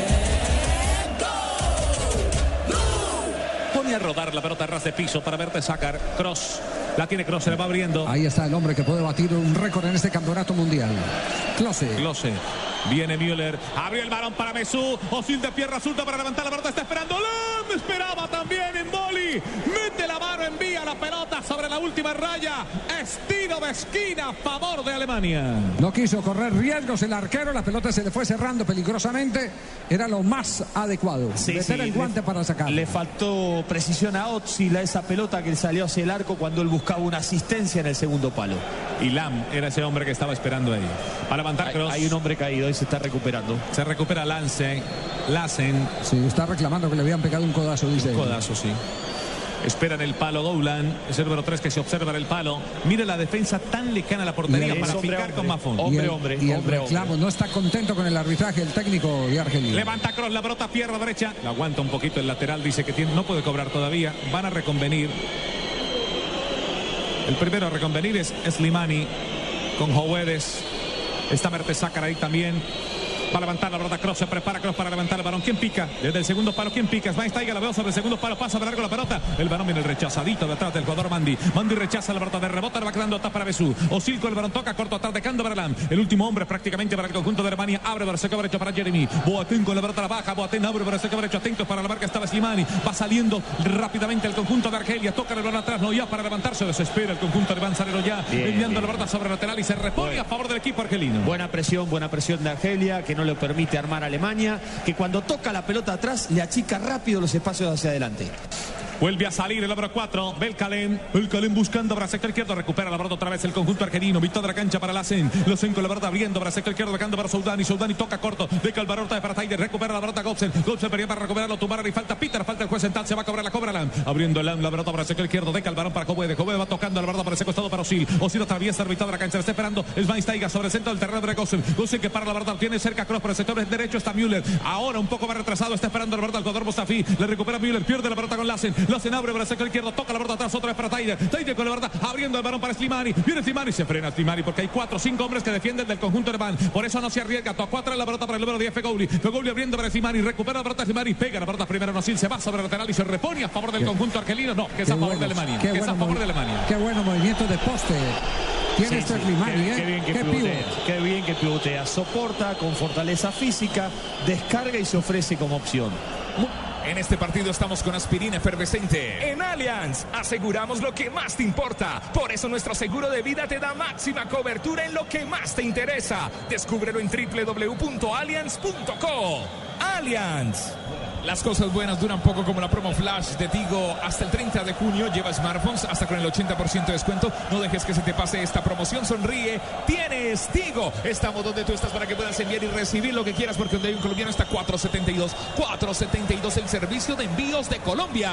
[SPEAKER 2] Pone a rodar la pelota a ras de piso para Mertesacker. Kroos, la tiene Kroos, se le va abriendo.
[SPEAKER 1] Ahí está el hombre que puede batir un récord en este campeonato mundial. Klose.
[SPEAKER 2] Klose. Viene Müller, abrió el balón para Mesú, Özil de pierna azulta para levantar la pelota, está esperando, ¡Lam! Esperaba también en Boli, mete la mano, envía la pelota sobre la última raya, estilo de esquina a favor de Alemania.
[SPEAKER 1] No quiso correr riesgos el arquero, la pelota se le fue cerrando peligrosamente, era lo más adecuado,
[SPEAKER 3] Sí,
[SPEAKER 1] meter
[SPEAKER 3] sí,
[SPEAKER 1] el guante
[SPEAKER 3] le,
[SPEAKER 1] para sacar.
[SPEAKER 3] Le faltó precisión a Özil a esa pelota que salió hacia el arco cuando él buscaba una asistencia en el segundo palo.
[SPEAKER 2] Y Lam era ese hombre que estaba esperando ahí. Para levantar Kroos.
[SPEAKER 3] Hay, hay un hombre caído y se está recuperando.
[SPEAKER 2] Se recupera Lance, Lassen.
[SPEAKER 1] Sí, está reclamando que le habían pegado un codazo, dice.
[SPEAKER 2] Un codazo, sí. Esperan el palo Goulán, es el número tres que se observa en el palo. Mire la defensa tan lejana a la portería para
[SPEAKER 3] hombre,
[SPEAKER 2] picar
[SPEAKER 3] hombre.
[SPEAKER 2] con más fondo.
[SPEAKER 1] Y el,
[SPEAKER 3] Hombre, hombre,
[SPEAKER 1] y el
[SPEAKER 3] hombre,
[SPEAKER 1] reclamo,
[SPEAKER 3] hombre.
[SPEAKER 1] no está contento con el arbitraje el técnico de Argelia.
[SPEAKER 2] Levanta Kroos la pelota, pierna derecha. La aguanta un poquito el lateral, dice que tiene, no puede cobrar todavía. Van a reconvenir. El primero a reconvenir es Slimani con Jovedes. Está Mertesacker ahí también. Va a levantar la pelota Kroos, se prepara Kroos para levantar el balón. ¿Quién pica? Desde el segundo palo, ¿quién pica? Schweinsteiger la veo sobre el segundo palo, pasa a largo la pelota. El balón viene el rechazadito detrás del jugador Mandi. Mandi rechaza la pelota de rebote, le va quedando atrás para Besú. Osil con el balón, toca corto atrás de Kando Berlam. El último hombre prácticamente para el conjunto de Alemania. Abre por el sector derecho para Jeremy. Boateng con la pelota la baja. Boateng abre por el sector derecho. Atentos para la marca estaba Slimani. Va saliendo rápidamente el conjunto de Argelia. Toca el balón atrás, no ya para levantarse. Desespera el conjunto de Manzanero ya. Bien, enviando bien. La pelota sobre el lateral y se repone bueno. a favor del equipo argelino.
[SPEAKER 3] Buena presión, buena presión de Argelia que no le permite armar a Alemania. Que cuando toca la pelota atrás le achica rápido los espacios hacia adelante.
[SPEAKER 2] Vuelve a salir el número cuatro, Belkalem. Belkalem buscando para el sector izquierdo. Recupera la pelota otra vez el conjunto argelino. Mitad de la cancha para Lassen. Lassen con la pelota abriendo para el sector izquierdo. Dejando para Soudani. Soudani toca corto. Deca el balón para Taider. Recupera la pelota Gobsen. Gobsen venía para recuperarlo. Tumbar y falta Peter. Falta el juez central. Se va a cobrar la cobra Lam. Abriendo Lam la pelota para el sector izquierdo. Deca el balón para Kobe. Kobe va tocando la pelota para ese costado para Osil. Osil atraviesa el mitad de la cancha. Está esperando el Schweinsteiger sobre el centro del terreno de Gobsen. Gobsen que para la pelota. Tiene cerca Kroos por el sector derecho. Está Müller. Ahora un poco más retrasado. Está esperando la pelota al jugador Mustafi. Le recupera Müller. Pierde la pelota con Lassen. Lassen abre para el sector izquierdo, toca la pelota atrás, otra vez para Taider. Taider con la verdad, abriendo el balón para Slimani. Viene Slimani, se frena Slimani porque hay cuatro o cinco hombres que defienden del conjunto alemán. Por eso no se arriesga. Toca atrás la pelota para el número diez, Fegouli. Fegouli abriendo para Slimani, recupera la pelota Slimani, pega la pelota primero Nosil, se va sobre el lateral y se repone a favor del conjunto argelino. No, que es a favor de Alemania. Que es a favor de Alemania.
[SPEAKER 1] Qué bueno movimiento de poste. Tiene este Slimani,
[SPEAKER 3] qué,
[SPEAKER 1] ¿eh?
[SPEAKER 3] Qué bien que
[SPEAKER 1] qué
[SPEAKER 3] pivotea. Qué bien que pivotea. Soporta con fortaleza física, descarga y se ofrece como opción.
[SPEAKER 4] En este partido estamos con aspirina efervescente.
[SPEAKER 15] En Allianz aseguramos lo que más te importa. Por eso nuestro seguro de vida te da máxima cobertura en lo que más te interesa. Descúbrelo en doble u doble u doble u punto allianz punto co. Allianz.
[SPEAKER 4] Las cosas buenas duran poco, como la promo flash de Tigo. Hasta el treinta de junio lleva smartphones hasta con el ochenta por ciento de descuento. No dejes que se te pase esta promoción. Sonríe. Tienes Tigo. Estamos donde tú estás para que puedas enviar y recibir lo que quieras, porque donde hay un colombiano está cuatro setenta y dos. cuatro setenta y dos, el servicio de envíos de Colombia.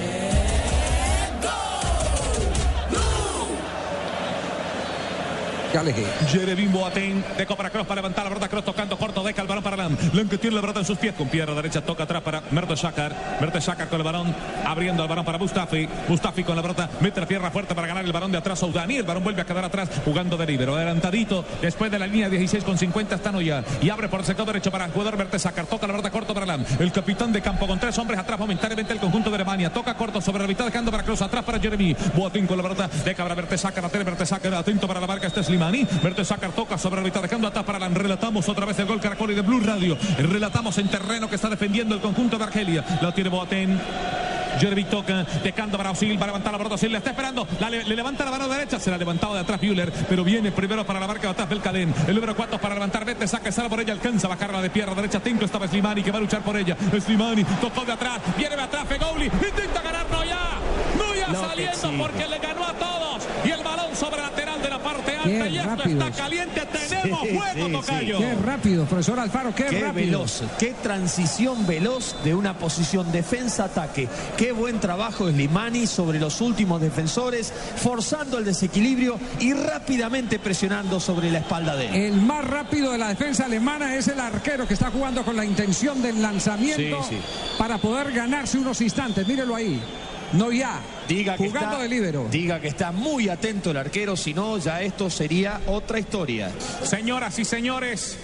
[SPEAKER 2] Jeremy Boateng de para Kroos para levantar la pelota. Kroos tocando corto, deja el balón para Lam. Lam que tiene la pelota en sus pies con pierna derecha, toca atrás para Mertesacker. Mertesacker con el balón, abriendo el balón para Mustafi. Mustafi con la pelota, mete la pierna fuerte para ganar el balón de atrás. Soudani, el balón vuelve a quedar atrás, jugando de líbero, adelantadito. Después de la línea dieciséis con cincuenta está Noya y abre por el sector derecho para el jugador Mertesacker. Toca la pelota corto para Lam. El capitán de campo con tres hombres atrás momentáneamente el conjunto de Alemania. Toca corto sobre la mitad, dejando para Kroos, atrás para Jeremy Boateng con la pelota, deja para Mertesacker, la tiene Mertesacker, atento para la marca este Slimani. Mertesacker toca sobre la mitad, dejando atrás para Lam. Relatamos otra vez el gol Caracol y de Blue Radio. Relatamos en terreno que está defendiendo el conjunto de Argelia. La tiene Boateng. Jeremy toca, dejando para Osil, va a levantar la pelota. Osil le está esperando, la, le, le levanta la mano derecha, se la ha levantado de atrás Müller, pero viene primero para la marca de atrás Belkalem. El número cuatro para levantar, vete, saca, sale por ella, alcanza a bajarla de pierna derecha. Tinto estaba Slimani que va a luchar por ella. Slimani tocó de atrás, viene de atrás Fegouli, intenta ganar Noya. Noya no, saliendo porque le ganó a todos. Y el balón sobre lateral de la parte alta. Qué y esto rápido. Está caliente, tenemos sí, fuego, sí, tocayo.
[SPEAKER 1] Sí. Qué rápido, profesor Alfaro, qué,
[SPEAKER 3] qué
[SPEAKER 1] rápido.
[SPEAKER 3] Veloz, qué transición veloz de una posición defensa-ataque. Qué buen trabajo Slimani sobre los últimos defensores, forzando el desequilibrio y rápidamente presionando sobre la espalda de él.
[SPEAKER 1] El más rápido de la defensa alemana es el arquero que está jugando con la intención del lanzamiento sí, sí. para poder ganarse unos instantes. Mírelo ahí. No ya,
[SPEAKER 3] diga que
[SPEAKER 1] jugando
[SPEAKER 3] está,
[SPEAKER 1] de líbero.
[SPEAKER 3] Diga que está muy atento el arquero, si no ya esto sería otra historia.
[SPEAKER 2] Señoras y señores,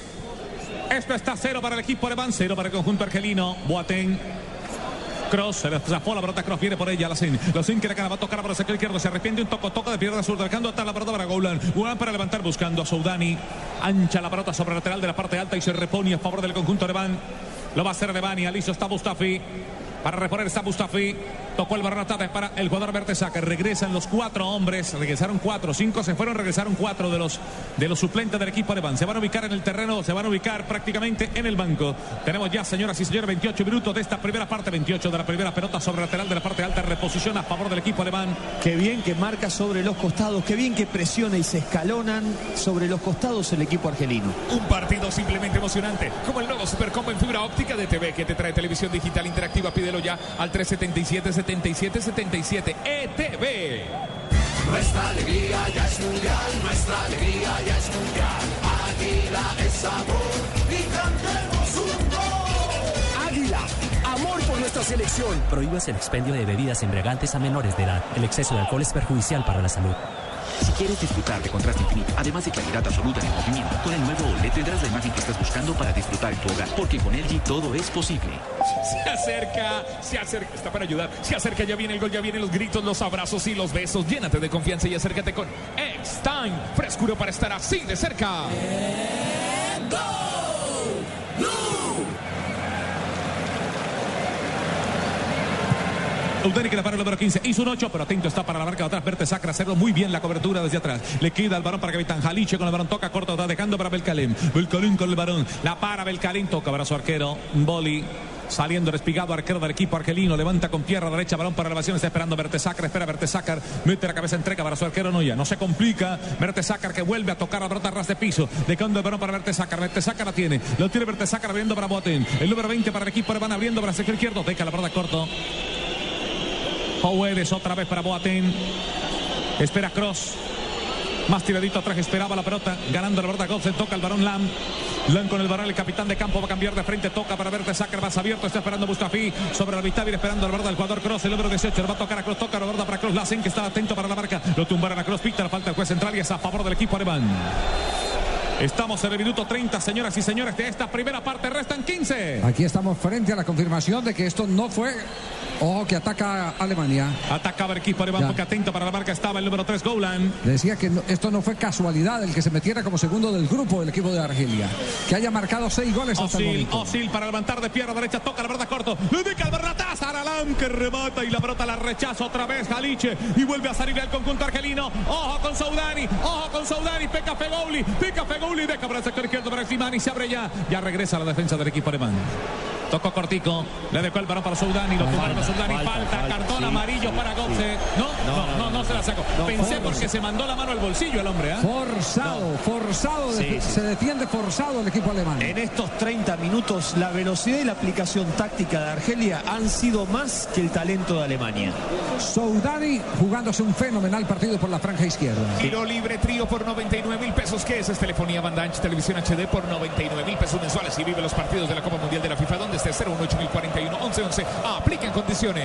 [SPEAKER 2] esto está cero para el equipo alemán, cero para el conjunto argelino. Boateng. Kroos, se le zafó la pelota, Kroos viene por ella, Lassen. Lassen que le va a tocar por el sector izquierdo, se arrepiente un toco, toca de pierna sur, dejando atrás la pelota para Goulan. Goulan para levantar buscando a Soudani. Ancha la pelota sobre el lateral de la parte alta y se repone a favor del conjunto alemán. Lo va a hacer Alemania, listo está Mustafi. Para reponer está Mustafi. Tocó el balón atrás para el jugador Mertesacker. Regresan los cuatro hombres. Regresaron cuatro. Cinco se fueron. Regresaron cuatro de los, de los suplentes del equipo alemán. Se van a ubicar en el terreno. Se van a ubicar prácticamente en el banco. Tenemos ya, señoras y señores, veintiocho minutos de esta primera parte. veintiocho de la primera pelota sobre el lateral de la parte alta. Reposición a favor del equipo alemán.
[SPEAKER 3] Qué bien que marca sobre los costados. Qué bien que presiona y se escalonan sobre los costados el equipo argelino.
[SPEAKER 4] Un partido simplemente emocionante. Como el nuevo Supercombo en fibra óptica de T V que te trae televisión digital interactiva. Pídelo ya al tres setenta y siete, setenta y siete, setenta y siete. E T V.
[SPEAKER 7] Nuestra alegría ya es mundial, nuestra alegría ya es mundial. Águila es sabor y cantemos un gol.
[SPEAKER 8] Águila, amor por nuestra selección.
[SPEAKER 9] Prohíbas el expendio de bebidas embriagantes a menores de edad. El exceso de alcohol es perjudicial para la salud.
[SPEAKER 11] Si quieres disfrutar de contraste infinito, además de claridad absoluta en el movimiento, con el nuevo O L E D tendrás la imagen que estás buscando para disfrutar en tu hogar, porque con L G todo es posible.
[SPEAKER 15] Se acerca, se acerca, está para ayudar. Se acerca, ya viene el gol, ya vienen los gritos, los abrazos y los besos. Llénate de confianza y acércate con X-Time. Frescura para estar así de cerca.
[SPEAKER 2] Eudeni que la para el número quince, hizo un ocho, pero atento está para la marca de atrás. Bertesacre hacerlo muy bien la cobertura desde atrás. Le queda el balón para Capitán Jaliche con el balón, toca corto, está dejando para Belkalem. Belkalem con el balón, la para Belkalem, toca para su arquero, Boli. Saliendo respigado, arquero del equipo argelino, levanta con pierna derecha, balón para elevación, está esperando Bertesacre, espera Bertesacre, mete la cabeza, entrega para su arquero Noya, no se complica, Bertesacre que vuelve a tocar la pelota ras de piso, dejando el balón para Bertesacre, Bertesacre la tiene, lo tiene Bertesacre abriendo para Boateng, el número veinte para el equipo, le van abriendo para el sector izquierdo, deja la pelota corto, Pauedes otra vez para Boateng, espera Cross. Más tiradito atrás, esperaba la pelota, ganando la pelota Gobsen, toca el varón Lam. Lam con el varón, el capitán de campo va a cambiar de frente, toca para Bertesacre, más abierto, está esperando Mustafi, sobre la mitad, viene esperando la verdad el jugador Cross, el número dieciocho, le va a tocar a Cross, toca la verdad para Cross, Lassen que está atento para la marca, lo tumbaron a Cross, pita la falta del juez central y es a favor del equipo alemán. Estamos en el minuto treinta, señoras y señores, de esta primera parte, restan quince.
[SPEAKER 1] Aquí estamos frente a la confirmación de que esto no fue... Ojo que ataca Alemania.
[SPEAKER 2] Atacaba el equipo alemán porque atento para la marca estaba el número tres, Goulan.
[SPEAKER 1] Decía que no, esto no fue casualidad el que se metiera como segundo del grupo del equipo de Argelia. Que haya marcado seis goles hasta el momento.
[SPEAKER 2] Osil para levantar de pierna derecha, toca la verdad corto. Le dedica el Bernataz, Aralam que remata y la pelota la rechaza otra vez Jaliche y vuelve a salir el conjunto argelino. Ojo con Soudani, ojo con Soudani, peca Fegouli, peca Fegouli, deja para el sector izquierdo para Slimani, se abre ya. Ya regresa a la defensa del equipo alemán. Tocó cortico, le dejó el balón para Soudani, lo tumbaron a Soudani, falta, falta, falta, cartón sí, amarillo sí, para Gobse. Sí. ¿No? No, no, no, no se la sacó. No, Pensé por porque se mandó la mano al bolsillo el hombre. ¿eh?
[SPEAKER 1] Forzado, no. forzado, sí, de, sí. se defiende forzado el equipo alemán.
[SPEAKER 3] En estos treinta minutos, la velocidad y la aplicación táctica de Argelia han sido más que el talento de Alemania.
[SPEAKER 1] Soudani jugándose un fenomenal partido por la franja izquierda.
[SPEAKER 15] Tiro libre, trío por noventa y nueve mil pesos. ¿Qué es? Es telefonía banda ancha, televisión H D por noventa y nueve mil pesos mensuales y vive los partidos de la Copa Mundial de la FIFA donde esté. Cero uno ocho mil cuarenta y uno once once. Aplica en condiciones.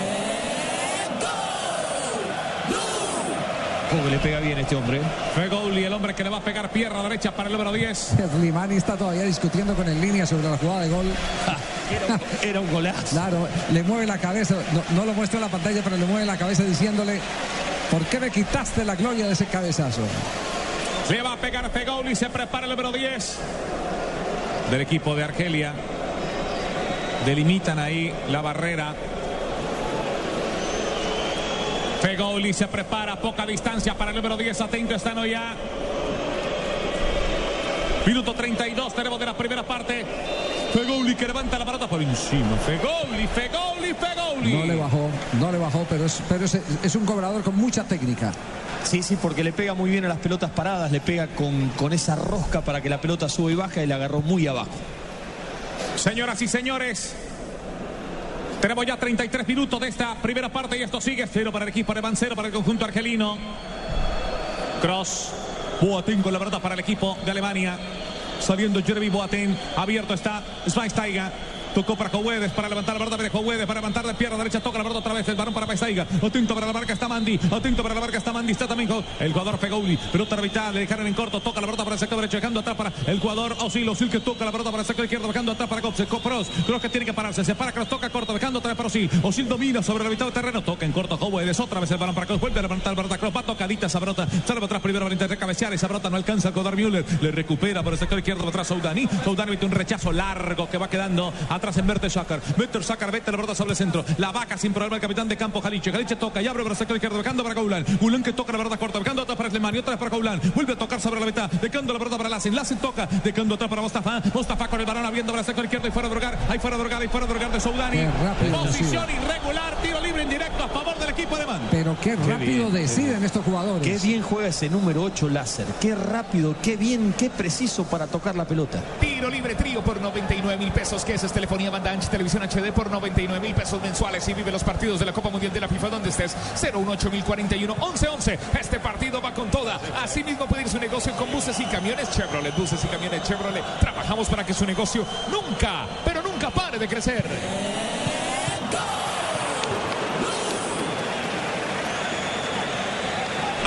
[SPEAKER 3] Oh, le pega bien este hombre.
[SPEAKER 2] Fegouli, el hombre que le va a pegar pierna derecha para el número diez.
[SPEAKER 1] Slimani está todavía discutiendo con el línea sobre la jugada de gol.
[SPEAKER 3] Era un, era un golazo.
[SPEAKER 1] Claro, le mueve la cabeza. No, no lo muestra en la pantalla, pero le mueve la cabeza diciéndole: ¿por qué me quitaste la gloria de ese cabezazo?
[SPEAKER 2] Le va a pegar Fegouli, se prepara el número diez del equipo de Argelia. Delimitan ahí la barrera. Fegouli se prepara a poca distancia para el número diez. Atento está Noya. Minuto treinta y dos tenemos de la primera parte. Fegouli que levanta la pelota por encima. Fegouli, Fegouli, Fegouli.
[SPEAKER 1] No le bajó, no le bajó, pero es, pero es, es un cobrador con mucha técnica.
[SPEAKER 3] Sí, sí, porque le pega muy bien a las pelotas paradas, le pega con, con esa rosca para que la pelota suba y baja y la agarró muy abajo.
[SPEAKER 2] Señoras y señores, tenemos ya treinta y tres minutos de esta primera parte y esto sigue. Cero para el equipo alemán, cero para el conjunto argelino. Cross, Boateng con la verdad para el equipo de Alemania. Saliendo Jeremy Boateng, abierto está Schweinsteiger. Tocó para Couedes para levantar la verdad de Couedes, para levantar de pierna derecha, toca la verdad otra vez, el varón para Schweinsteiger. Atento para la marca está Mandi, atento para la marca está Mandi, está también el jugador Fegouli, pelota orbital, le dejaron en corto, toca la verdad para el sector derecho, dejando atrás para el jugador Osil, Osil que toca la verdad para el sector izquierdo, dejando atrás para Gobse, Cross, Cross que tiene que pararse, se para, Cross toca corto, dejando atrás para Osil, Osil domina sobre la mitad del terreno, toca en corto Couedes, otra vez el balón para Cross, vuelve a levantar la verdad, Cross va tocadita Sabrota, salva atrás primero para intentar cabecear y Sabrota no alcanza al jugador Müller, le recupera por el sector izquierdo atrás Soudani, Soudani mete un rechazo largo que va quedando atrás en Mertesacker. Mertesacker vete la pelota sobre el centro. La vaca sin problema el capitán de campo Jaliche. Jaliche toca y abre por el sector izquierdo, dejando para Goulan. Goulan que toca la verdad corta, dejando atrás para Slimani, otra vez para Goulan. Vuelve a tocar sobre la mitad, dejando la verdad para Lassen. Lassen toca, dejando atrás para Mustafa. Mustafa con el balón abriendo para el sector izquierdo y fuera de drogar. Ahí fuera de drogar y fuera de drogar de Soudani. Posición irregular, tiro libre indirecto a favor del equipo alemán.
[SPEAKER 1] Pero qué rápido qué deciden estos jugadores.
[SPEAKER 3] Qué bien juega ese número ocho Láser. Qué rápido, qué bien, qué preciso para tocar la pelota.
[SPEAKER 15] Tiro libre, trío por noventa y nueve mil pesos. ¿Qué es? Es telefonía banda ancha, televisión H D por noventa y nueve mil pesos mensuales y vive los partidos de la Copa Mundial de la FIFA donde estés. Cero uno ocho mil cuarenta y uno once once. Este partido va con toda. Asimismo puede ir su negocio con buses y camiones Chevrolet. Buses y camiones Chevrolet. Trabajamos para que su negocio nunca, pero nunca pare de crecer.
[SPEAKER 2] Aparece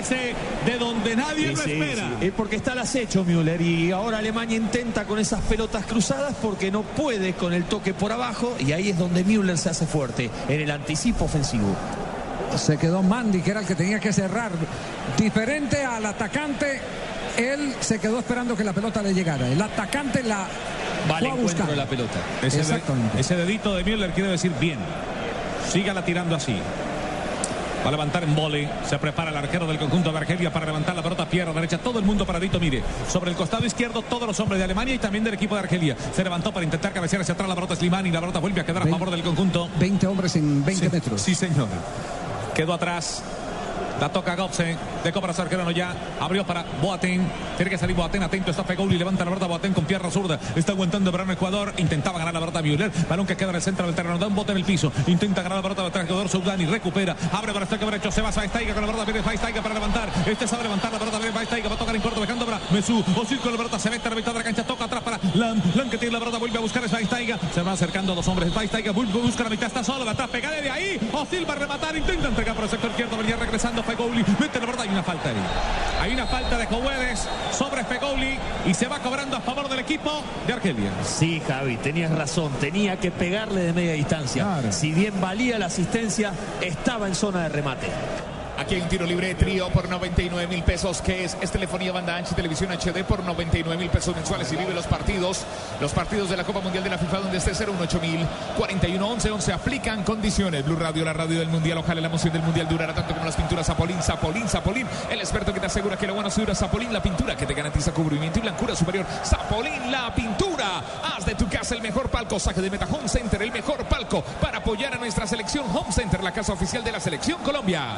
[SPEAKER 2] aparece de donde nadie
[SPEAKER 3] Sí,
[SPEAKER 2] lo
[SPEAKER 3] sí,
[SPEAKER 2] espera.
[SPEAKER 3] sí. Es porque está al acecho Müller y ahora Alemania intenta con esas pelotas cruzadas porque no puede con el toque por abajo y ahí es donde Müller se hace fuerte, en el anticipo ofensivo.
[SPEAKER 1] Se quedó Mandy, que era el que tenía que cerrar. Diferente al atacante, él se quedó esperando que la pelota le llegara. El atacante la
[SPEAKER 3] Va al
[SPEAKER 1] fue a
[SPEAKER 3] encuentro
[SPEAKER 1] buscar.
[SPEAKER 3] de la pelota.
[SPEAKER 2] Ese, de-
[SPEAKER 1] Exactamente.
[SPEAKER 2] ese dedito de Müller quiere decir bien. Sígala tirando así. Va a levantar en vóley. Se prepara el arquero del conjunto de Argelia para levantar la pelota pierna derecha. Todo el mundo paradito, mire. Sobre el costado izquierdo, todos los hombres de Alemania y también del equipo de Argelia. Se levantó para intentar cabecear hacia atrás. La pelota es Slimani. La pelota vuelve a quedar a favor del conjunto.
[SPEAKER 1] veinte hombres en veinte
[SPEAKER 2] Sí,
[SPEAKER 1] metros.
[SPEAKER 2] Sí, señor. Quedó atrás. La toca Gobse, de Cobra Sarquerano ya, abrió para Boateng, tiene que salir Boateng, atento está Fegouli, levanta la pelota Boateng con pierna zurda, está aguantando para un Ecuador, intentaba ganar la pelota Müller, balón que queda en el centro del terreno, da un bote en el piso, intenta ganar la pelota del Ecuador, Soudani recupera, abre para este que derecho, se va Schweinsteiger con la pelota, viene Schweinsteiger para levantar, este sabe levantar la pelota, viene Schweinsteiger, va a tocar en corto, dejando para Mesú, Osil con la pelota, se mete a la mitad de la cancha, toca atrás para Lam, Lam que tiene la pelota, vuelve a buscar a Schweinsteiger, se van acercando dos hombres, Schweinsteiger busca la mitad, está solo, va a estar pegada de ahí, Osil va a rematar, intenta entregar por el sector izquierdo, venía regresando Fegouli, mete la verdad, hay una falta ahí. Hay una falta de Couedes sobre Fegouli y se va cobrando a favor del equipo de Argelia.
[SPEAKER 3] Sí, Javi, tenías razón. Tenía que pegarle de media distancia.
[SPEAKER 1] Claro.
[SPEAKER 3] Si bien valía la asistencia, estaba en zona de remate.
[SPEAKER 15] Aquí hay un tiro libre de trío por noventa y nueve mil pesos, que es, es telefonía banda ancha y televisión H D por noventa y nueve mil pesos mensuales y vive los partidos, los partidos de la Copa Mundial de la FIFA donde esté cero uno ocho mil cuarenta y uno once once. Aplican condiciones. Blue Radio, la radio del Mundial. Ojalá la emoción del Mundial durara tanto como las pinturas Zapolín, Zapolín, Zapolín. El experto que te asegura que lo bueno se dura. Zapolín, la pintura que te garantiza cubrimiento y blancura superior. Zapolín, la pintura. Haz de tu casa el mejor palco. Saque de meta Home Center, el mejor palco para apoyar a nuestra selección. Home Center, la casa oficial de la selección Colombia.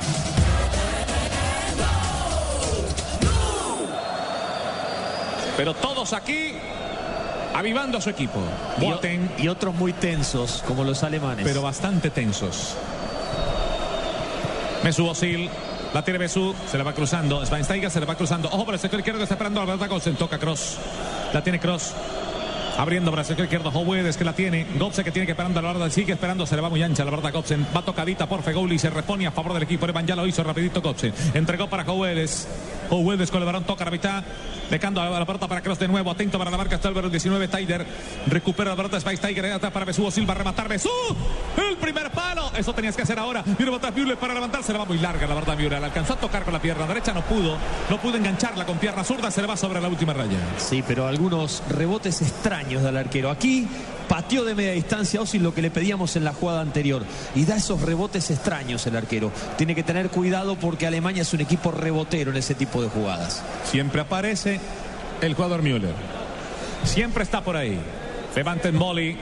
[SPEAKER 2] Pero todos aquí avivando a su equipo. Boateng.
[SPEAKER 3] Y, y otros muy tensos, como los alemanes.
[SPEAKER 2] Pero bastante tensos. Mesut Özil. La tiene Mesut, se la va cruzando. Schweinsteiger se la va cruzando. Ojo para el sector izquierdo que está esperando a la pelota. Gobsen toca Kroos. La tiene Kroos. Abriendo para el sector izquierdo, Houedes que la tiene, Gobse que tiene que esperando a la verdad, sigue esperando, se le va muy ancha la verdad Gobsen, va tocadita por Fegouli, se repone a favor del equipo, Evan ya lo hizo rapidito Gobse, entregó para Houedes, Houedes con el balón, toca a la mitad, dejando a la pelota para Kroos de nuevo, atento para la marca, está el número diecinueve, Taider, recupera la pelota, Schweinsteiger, atrás para Mesut Özil, va a rematar Mesut, el primer palo, eso tenías que hacer ahora, viene a botar Müller para levantarse, le va muy larga la verdad Müller, alcanzó a tocar con la pierna derecha, no pudo, no pudo engancharla con pierna zurda, se le va sobre la última raya.
[SPEAKER 3] Sí, pero algunos rebotes extraños del arquero. Aquí pateó de media distancia Özil, lo que le pedíamos en la jugada anterior, y da esos rebotes extraños el arquero. Tiene que tener cuidado porque Alemania es un equipo rebotero en ese tipo de jugadas.
[SPEAKER 2] Siempre aparece el jugador Müller. Siempre está por ahí. Levanta en volley.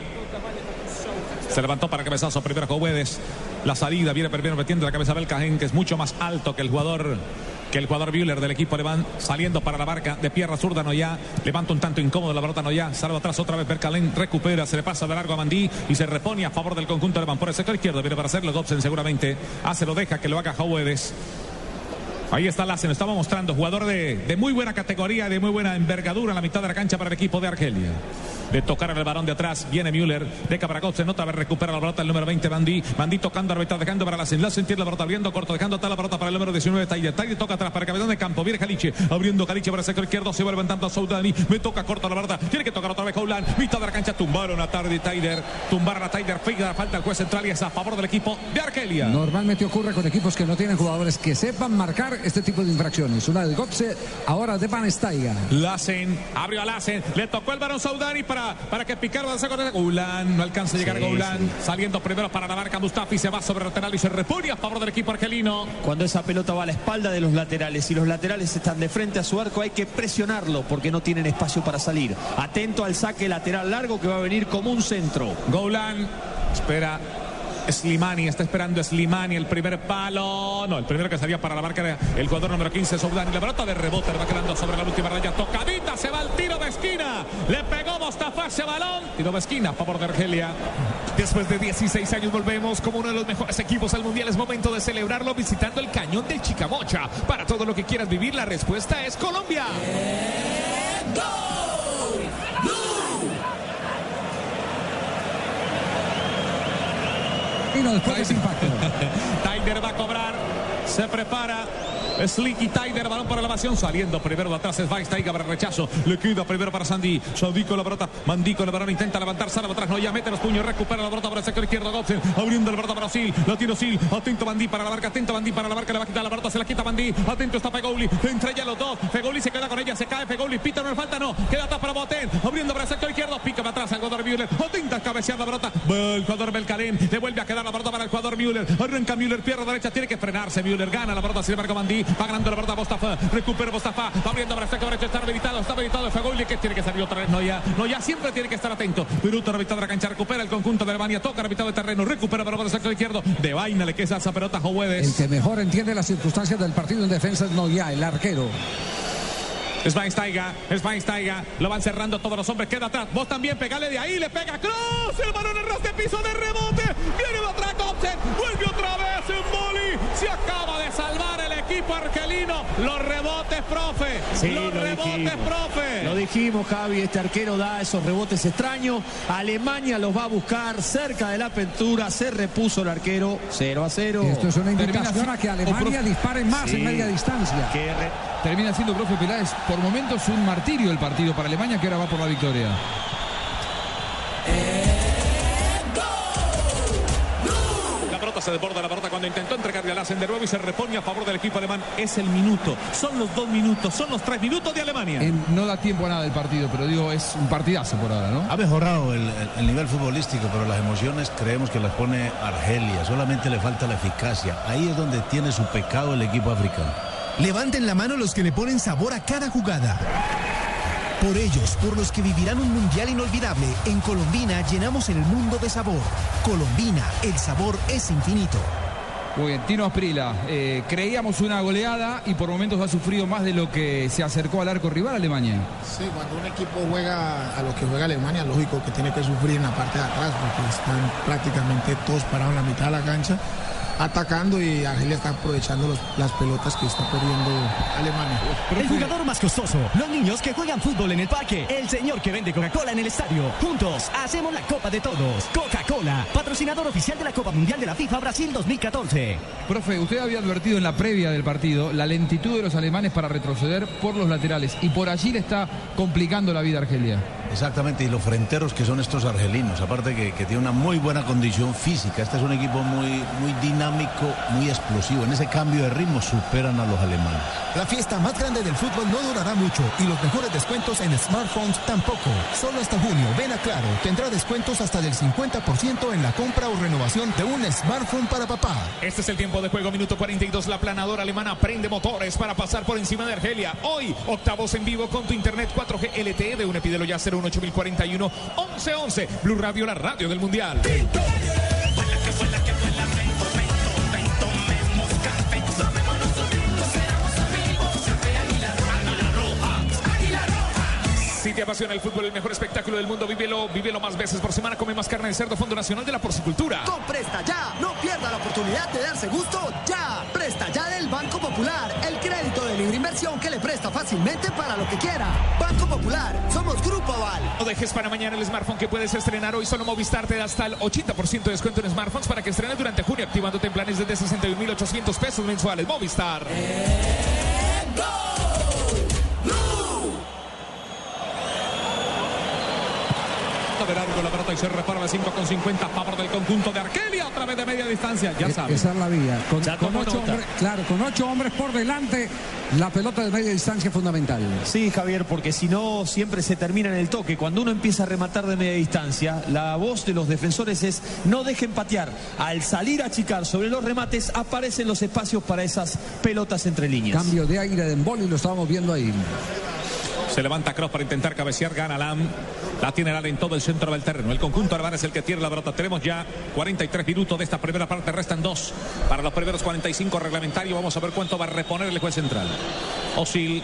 [SPEAKER 2] Se levantó para cabezazo primero Houedes. La salida viene primero metiendo la cabeza Belkagen, que es mucho más alto que el jugador que el jugador Müller del equipo alemán, saliendo para la marca de pierna zurda Noya, levanta un tanto incómodo la pelota Noya, salva atrás otra vez Belkagen, recupera, se le pasa de largo a Mandí y se repone a favor del conjunto alemán por el sector izquierdo, viene para hacerlo Gobsen seguramente, hace lo deja que lo haga Houedes. Ahí está Lassen, lo estaba mostrando, jugador de, de muy buena categoría, de muy buena envergadura en la mitad de la cancha para el equipo de Argelia. De tocar el balón de atrás, viene Müller, deja para Gobsen, otra vez recupera la pelota el número veinte, Mandí, Mandí tocando a la mitad, dejando para Lassen, Lassen tiene la pelota abriendo corto, dejando atrás la pelota para el número diecinueve, Taider, Taider toca atrás para cabezón de campo, viene Jaliche, abriendo Jaliche para el sector izquierdo, se va levantando a Soudani, me toca corto la pelota, tiene que tocar otra vez Houlan, mitad de la cancha, tumbaron a Tardy Taider, tumbaron a Taider, fija falta el juez central y es a favor del equipo de Argelia.
[SPEAKER 1] Normalmente ocurre con equipos que no tienen jugadores que sepan marcar este tipo de infracciones. Una de Gotze, ahora de Schweinsteiger.
[SPEAKER 2] Lassen, abrió a Lassen, le tocó el varón Soudani para, para que picara Goulan, no alcanza a llegar sí, Goulan, sí. Saliendo primero para la marca Mustafi, se va sobre el lateral y se repone a favor del equipo argelino.
[SPEAKER 3] Cuando esa pelota va a la espalda de los laterales y los laterales están de frente a su arco, hay que presionarlo porque no tienen espacio para salir. Atento al saque lateral largo que va a venir como un centro.
[SPEAKER 2] Goulan espera. Slimani, está esperando Slimani, el primer palo, no, el primero que salía para la marca era el jugador número quince, Soudani, la pelota de rebote va quedando sobre la última raya, tocadita, se va el tiro de esquina, le pegó Mustafa ese balón, tiro de esquina a favor de Argelia.
[SPEAKER 15] Después de dieciséis años volvemos como uno de los mejores equipos al Mundial, es momento de celebrarlo visitando el Cañón del Chicamocha. Para todo lo que quieras vivir, la respuesta es Colombia.
[SPEAKER 1] Y no, después de ese impacto.
[SPEAKER 2] Taider va a cobrar, se prepara, Slicky Tiger, balón para la evasión, saliendo primero de atrás es Schweinsteiger para el rechazo, le queda primero para Sandy, Sandy con la pelota, Mandí con la pelota, intenta levantar, sale atrás, no, ya mete los puños, recupera la pelota para el sector izquierdo, Götze, abriendo la pelota para Özil, la tira Özil, atento Mandí para la marca, atento Mandí para la marca, le va a quitar la pelota, se la quita Mandí, atento está Feghouli, entre ya los dos, Feghouli se queda con ella, se cae Feghouli, pita, no le falta, no, queda atrás para Boateng, abriendo para el sector izquierdo, pica para atrás al jugador Müller, atenta cabecear la pelota, va el jugador Belkalem, le vuelve a quedar la pelota para el jugador Müller, arranca Müller, pierna derecha, tiene que frenarse Müller, gana la pelota, sin embargo Mandí, va ganando la pelota Mustafa, recupera Mustafa, va abriendo para el sector derecho, está habilitado, está habilitado Feghouli, que tiene que salir otra vez, no ya, no ya, siempre tiene que estar atento, minuto la mitad de la cancha, recupera el conjunto de Alemania, toca la mitad del terreno, recupera para el sector izquierdo, de vaina le queda esa pelota a Jovedes.
[SPEAKER 1] El que mejor entiende las circunstancias del partido en defensa es Neuer, el arquero.
[SPEAKER 2] Schweinsteiger, Schweinsteiger, lo van cerrando todos los hombres, queda atrás, vos también pegale de ahí, le pega Kroos, el balón en ras de piso de rebote, viene atrás Götze, vuelve otra vez en Boli, se acaba de salvar el equipo argelino, los rebotes, profe,
[SPEAKER 3] sí,
[SPEAKER 2] los
[SPEAKER 3] lo
[SPEAKER 2] rebotes,
[SPEAKER 3] dijimos.
[SPEAKER 2] profe.
[SPEAKER 3] Lo dijimos, Javi, este arquero da esos rebotes extraños, Alemania los va a buscar cerca de la apertura, se repuso el arquero, cero a cero.
[SPEAKER 1] Y esto es una invitación a que Alemania dispare más
[SPEAKER 3] sí.
[SPEAKER 1] en media distancia.
[SPEAKER 3] Que re...
[SPEAKER 5] Termina siendo, profe Peláez, por momentos un martirio el partido para Alemania, que ahora va por la victoria.
[SPEAKER 2] La pelota se desborda, la pelota cuando intentó entregarle a Lassen de nuevo y se repone a favor del equipo alemán. Es el minuto, son los dos minutos, son los tres minutos de Alemania.
[SPEAKER 5] En, no da tiempo a nada el partido, pero digo, es un partidazo por ahora, ¿no?
[SPEAKER 10] Ha mejorado el, el, el nivel futbolístico, pero las emociones creemos que las pone Argelia. Solamente le falta la eficacia. Ahí es donde tiene su pecado el equipo africano.
[SPEAKER 13] Levanten la mano los que le ponen sabor a cada jugada. Por ellos, por los que vivirán un mundial inolvidable, en Colombina llenamos el mundo de sabor. Colombina, el sabor es infinito.
[SPEAKER 5] Muy bien, Tino Asprilla, eh, creíamos una goleada y por momentos ha sufrido más de lo que se acercó al arco rival Alemania.
[SPEAKER 6] Sí, cuando un equipo juega a lo que juega Alemania, lógico que tiene que sufrir en la parte de atrás porque están prácticamente todos parados en la mitad de la cancha atacando y Argelia está aprovechando los, las pelotas que está perdiendo Alemania.
[SPEAKER 14] El jugador más costoso, los niños que juegan fútbol en el parque, el señor que vende Coca-Cola en el estadio. Juntos hacemos la Copa de Todos. Coca-Cola, patrocinador oficial de la Copa Mundial de la FIFA Brasil dos mil catorce.
[SPEAKER 5] Profe, usted había advertido en la previa del partido la lentitud de los alemanes para retroceder por los laterales y por allí le está complicando la vida a Argelia.
[SPEAKER 10] Exactamente, y los fronteros que son estos argelinos, aparte que, que tiene una muy buena condición física. Este es un equipo muy, muy dinámico, muy explosivo. En ese cambio de ritmo superan a los alemanes.
[SPEAKER 13] La fiesta más grande del fútbol no durará mucho y los mejores descuentos en smartphones tampoco. Solo hasta junio, ven a Claro, tendrá descuentos hasta del cincuenta por ciento en la compra o renovación de un smartphone para papá.
[SPEAKER 15] Este es el tiempo de juego, minuto cuarenta y dos. La planadora alemana prende motores para pasar por encima de Argelia. Hoy, octavos en vivo con tu internet cuatro G L T E de UNE. Pídelo ya, cero uno ocho mil cuarenta y uno once once. Blue Radio, la radio del Mundial. Si te apasiona el fútbol, el mejor espectáculo del mundo, vívelo, vívelo más veces por semana. Come más carne de cerdo, Fondo Nacional de la Porcicultura.
[SPEAKER 8] Con Presta Ya, no pierda la oportunidad de darse gusto ya. Presta Ya del Banco Popular, el crédito de libre inversión que le presta fácilmente para lo que quiera. Banco Popular, somos Grupo Aval.
[SPEAKER 15] No dejes para mañana el smartphone que puedes estrenar hoy. Solo Movistar te da hasta el ochenta por ciento de descuento en smartphones para que estrenes durante junio, activándote en planes desde sesenta y un mil ochocientos pesos mensuales. Movistar.
[SPEAKER 2] De largo la pelota y se repara de cinco con cincuenta a favor del conjunto de Argelia, otra vez de media distancia, ya sabes.
[SPEAKER 1] Esa es la vía. Con,
[SPEAKER 2] Ya
[SPEAKER 1] con
[SPEAKER 2] tomó
[SPEAKER 1] ocho
[SPEAKER 2] nota.
[SPEAKER 1] hombres, claro, con ocho hombres por delante, la pelota de media distancia es fundamental.
[SPEAKER 3] Sí, Javier, porque si no siempre se termina en el toque. Cuando uno empieza a rematar de media distancia, la voz de los defensores es no dejen patear. Al salir a achicar sobre los remates, aparecen los espacios para esas pelotas entre líneas.
[SPEAKER 1] Cambio de aire de Mboli, lo estábamos viendo ahí.
[SPEAKER 2] Se levanta Kroos para intentar cabecear, gana Lam. La tiene Lam en todo el centro del terreno. El conjunto alemán es el que tiene la pelota. Tenemos ya cuarenta y tres minutos de esta primera parte. Restan dos para los primeros cuarenta y cinco reglamentarios. Vamos a ver cuánto va a reponer el juez central. Özil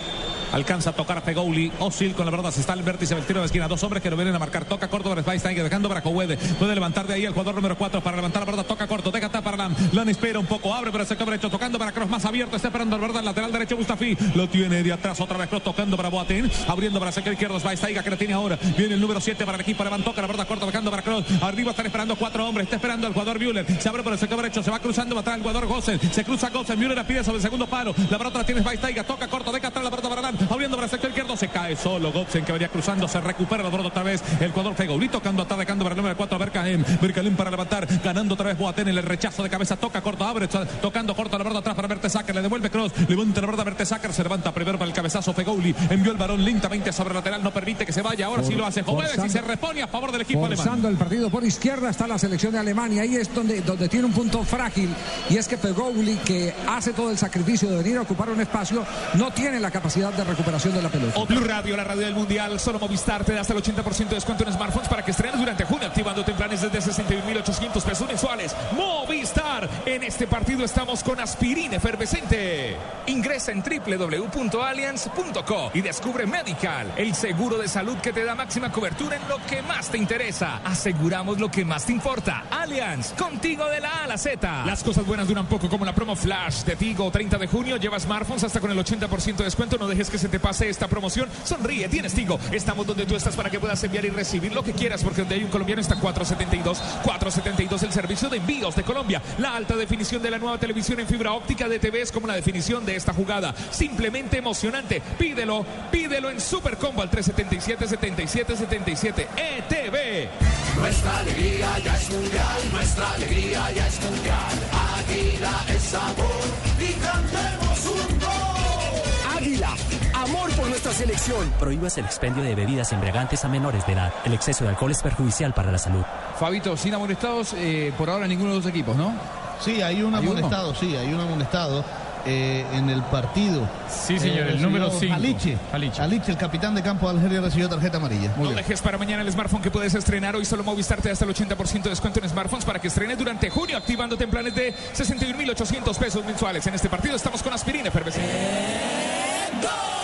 [SPEAKER 2] Alcanza a tocar a Fegouli. Osil con la verdad se está al vértice del tiro de esquina. Dos hombres que lo vienen a marcar. Toca corto para Schweinsteiger, dejando para Cowede. Puede levantar de ahí el jugador número cuatro para levantar la verdad. Toca corto, deja para Lan. Lan espera un poco, abre para el sector derecho, tocando para Kroos más abierto. Está esperando la verdad, lateral derecho Mustafi. Lo tiene de atrás otra vez Kroos, tocando para Boateng. Abriendo para el sector izquierdo Schweinsteiger, que lo tiene ahora. Viene el número siete para el equipo alemán. Toca la verdad corto, dejando para Kroos. Arriba están esperando cuatro hombres. Está esperando el jugador Müller. Se abre por el sector derecho, se va cruzando atrás el jugador Gosens. Se cruza Gosens. Müller la pide sobre el segundo palo. La pelota la tiene Schweinsteiger. Toca corto, deja atrás la pelota para Lan. Abriendo para el sector izquierdo, se cae solo Gosens, que venía cruzando. Se recupera la pelota otra vez el jugador Fegouli, tocando atrás, dejando para el número cuatro a Berkaem. Berkaem para levantar, ganando otra vez Boateng en el rechazo de cabeza. Toca corto, abre, tocando corto la verdad atrás para Mertesacker. Le devuelve Kroos, levanta la verdad Mertesacker. Se levanta primero para el cabezazo Fegouli. Envió el varón lentamente sobre el lateral. No permite que se vaya. Ahora por, sí lo hace Jovedes y se repone a favor del equipo alemán.
[SPEAKER 1] Forzando el partido por izquierda está la selección de Alemania. Ahí es donde, donde tiene un punto frágil. Y es que Fegouli, que hace todo el sacrificio de venir a ocupar un espacio, no tiene la capacidad de recuperación de la pelota.
[SPEAKER 4] Blue Radio, la radio del mundial. Solo Movistar te da hasta el ochenta por ciento de descuento en smartphones para que estrenes durante junio, activándote en planes desde sesenta y un mil ochocientos pesos mensuales. Movistar. En este partido estamos con aspirina efervescente.
[SPEAKER 15] Ingresa en doble u doble u doble u punto allianz punto co y descubre Medical, el seguro de salud que te da máxima cobertura en lo que más te interesa. Aseguramos lo que más te importa. Allianz, contigo de la A a la Z.
[SPEAKER 4] Las cosas buenas duran poco, como la promo Flash de Tigo. treinta de junio, lleva smartphones hasta con el ochenta por ciento de descuento. No dejes que se te pase esta promoción. Sonríe, tienes Tigo. Estamos donde tú estás para que puedas enviar y recibir lo que quieras, porque donde hay un colombiano está cuatrocientos setenta y dos. cuatrocientos setenta y dos, el servicio de envíos de Colombia. La alta definición de la nueva televisión en fibra óptica de T V es como la definición de esta jugada. Simplemente emocionante. Pídelo, pídelo en Super Combo al tres setenta y siete, setenta y siete, setenta y siete. E T V.
[SPEAKER 7] Nuestra alegría ya es mundial, nuestra alegría ya es mundial. Águila es sabor y cantemos un gol.
[SPEAKER 8] Águila, amor por nuestra selección.
[SPEAKER 9] Prohíbas el expendio de bebidas embriagantes a menores de edad. El exceso de alcohol es perjudicial para la salud.
[SPEAKER 5] Fabito, sin amonestados, eh, por ahora ninguno de los equipos, ¿no?
[SPEAKER 10] Sí, hay un amonestado, sí, hay un amonestado. Eh, en el partido.
[SPEAKER 12] Sí, señor, eh, el número cinco.
[SPEAKER 10] Aliche.
[SPEAKER 12] Aliche.
[SPEAKER 10] Aliche, el capitán de campo de Algeria, recibió tarjeta amarilla.
[SPEAKER 4] Muy no bien. Dejes para mañana el smartphone que puedes estrenar. Hoy solo Movistar te da hasta el ochenta por ciento de descuento en smartphones para que estrenes durante junio, activándote en planes de sesenta y un mil ochocientos pesos mensuales. En este partido estamos con aspirina efervescente.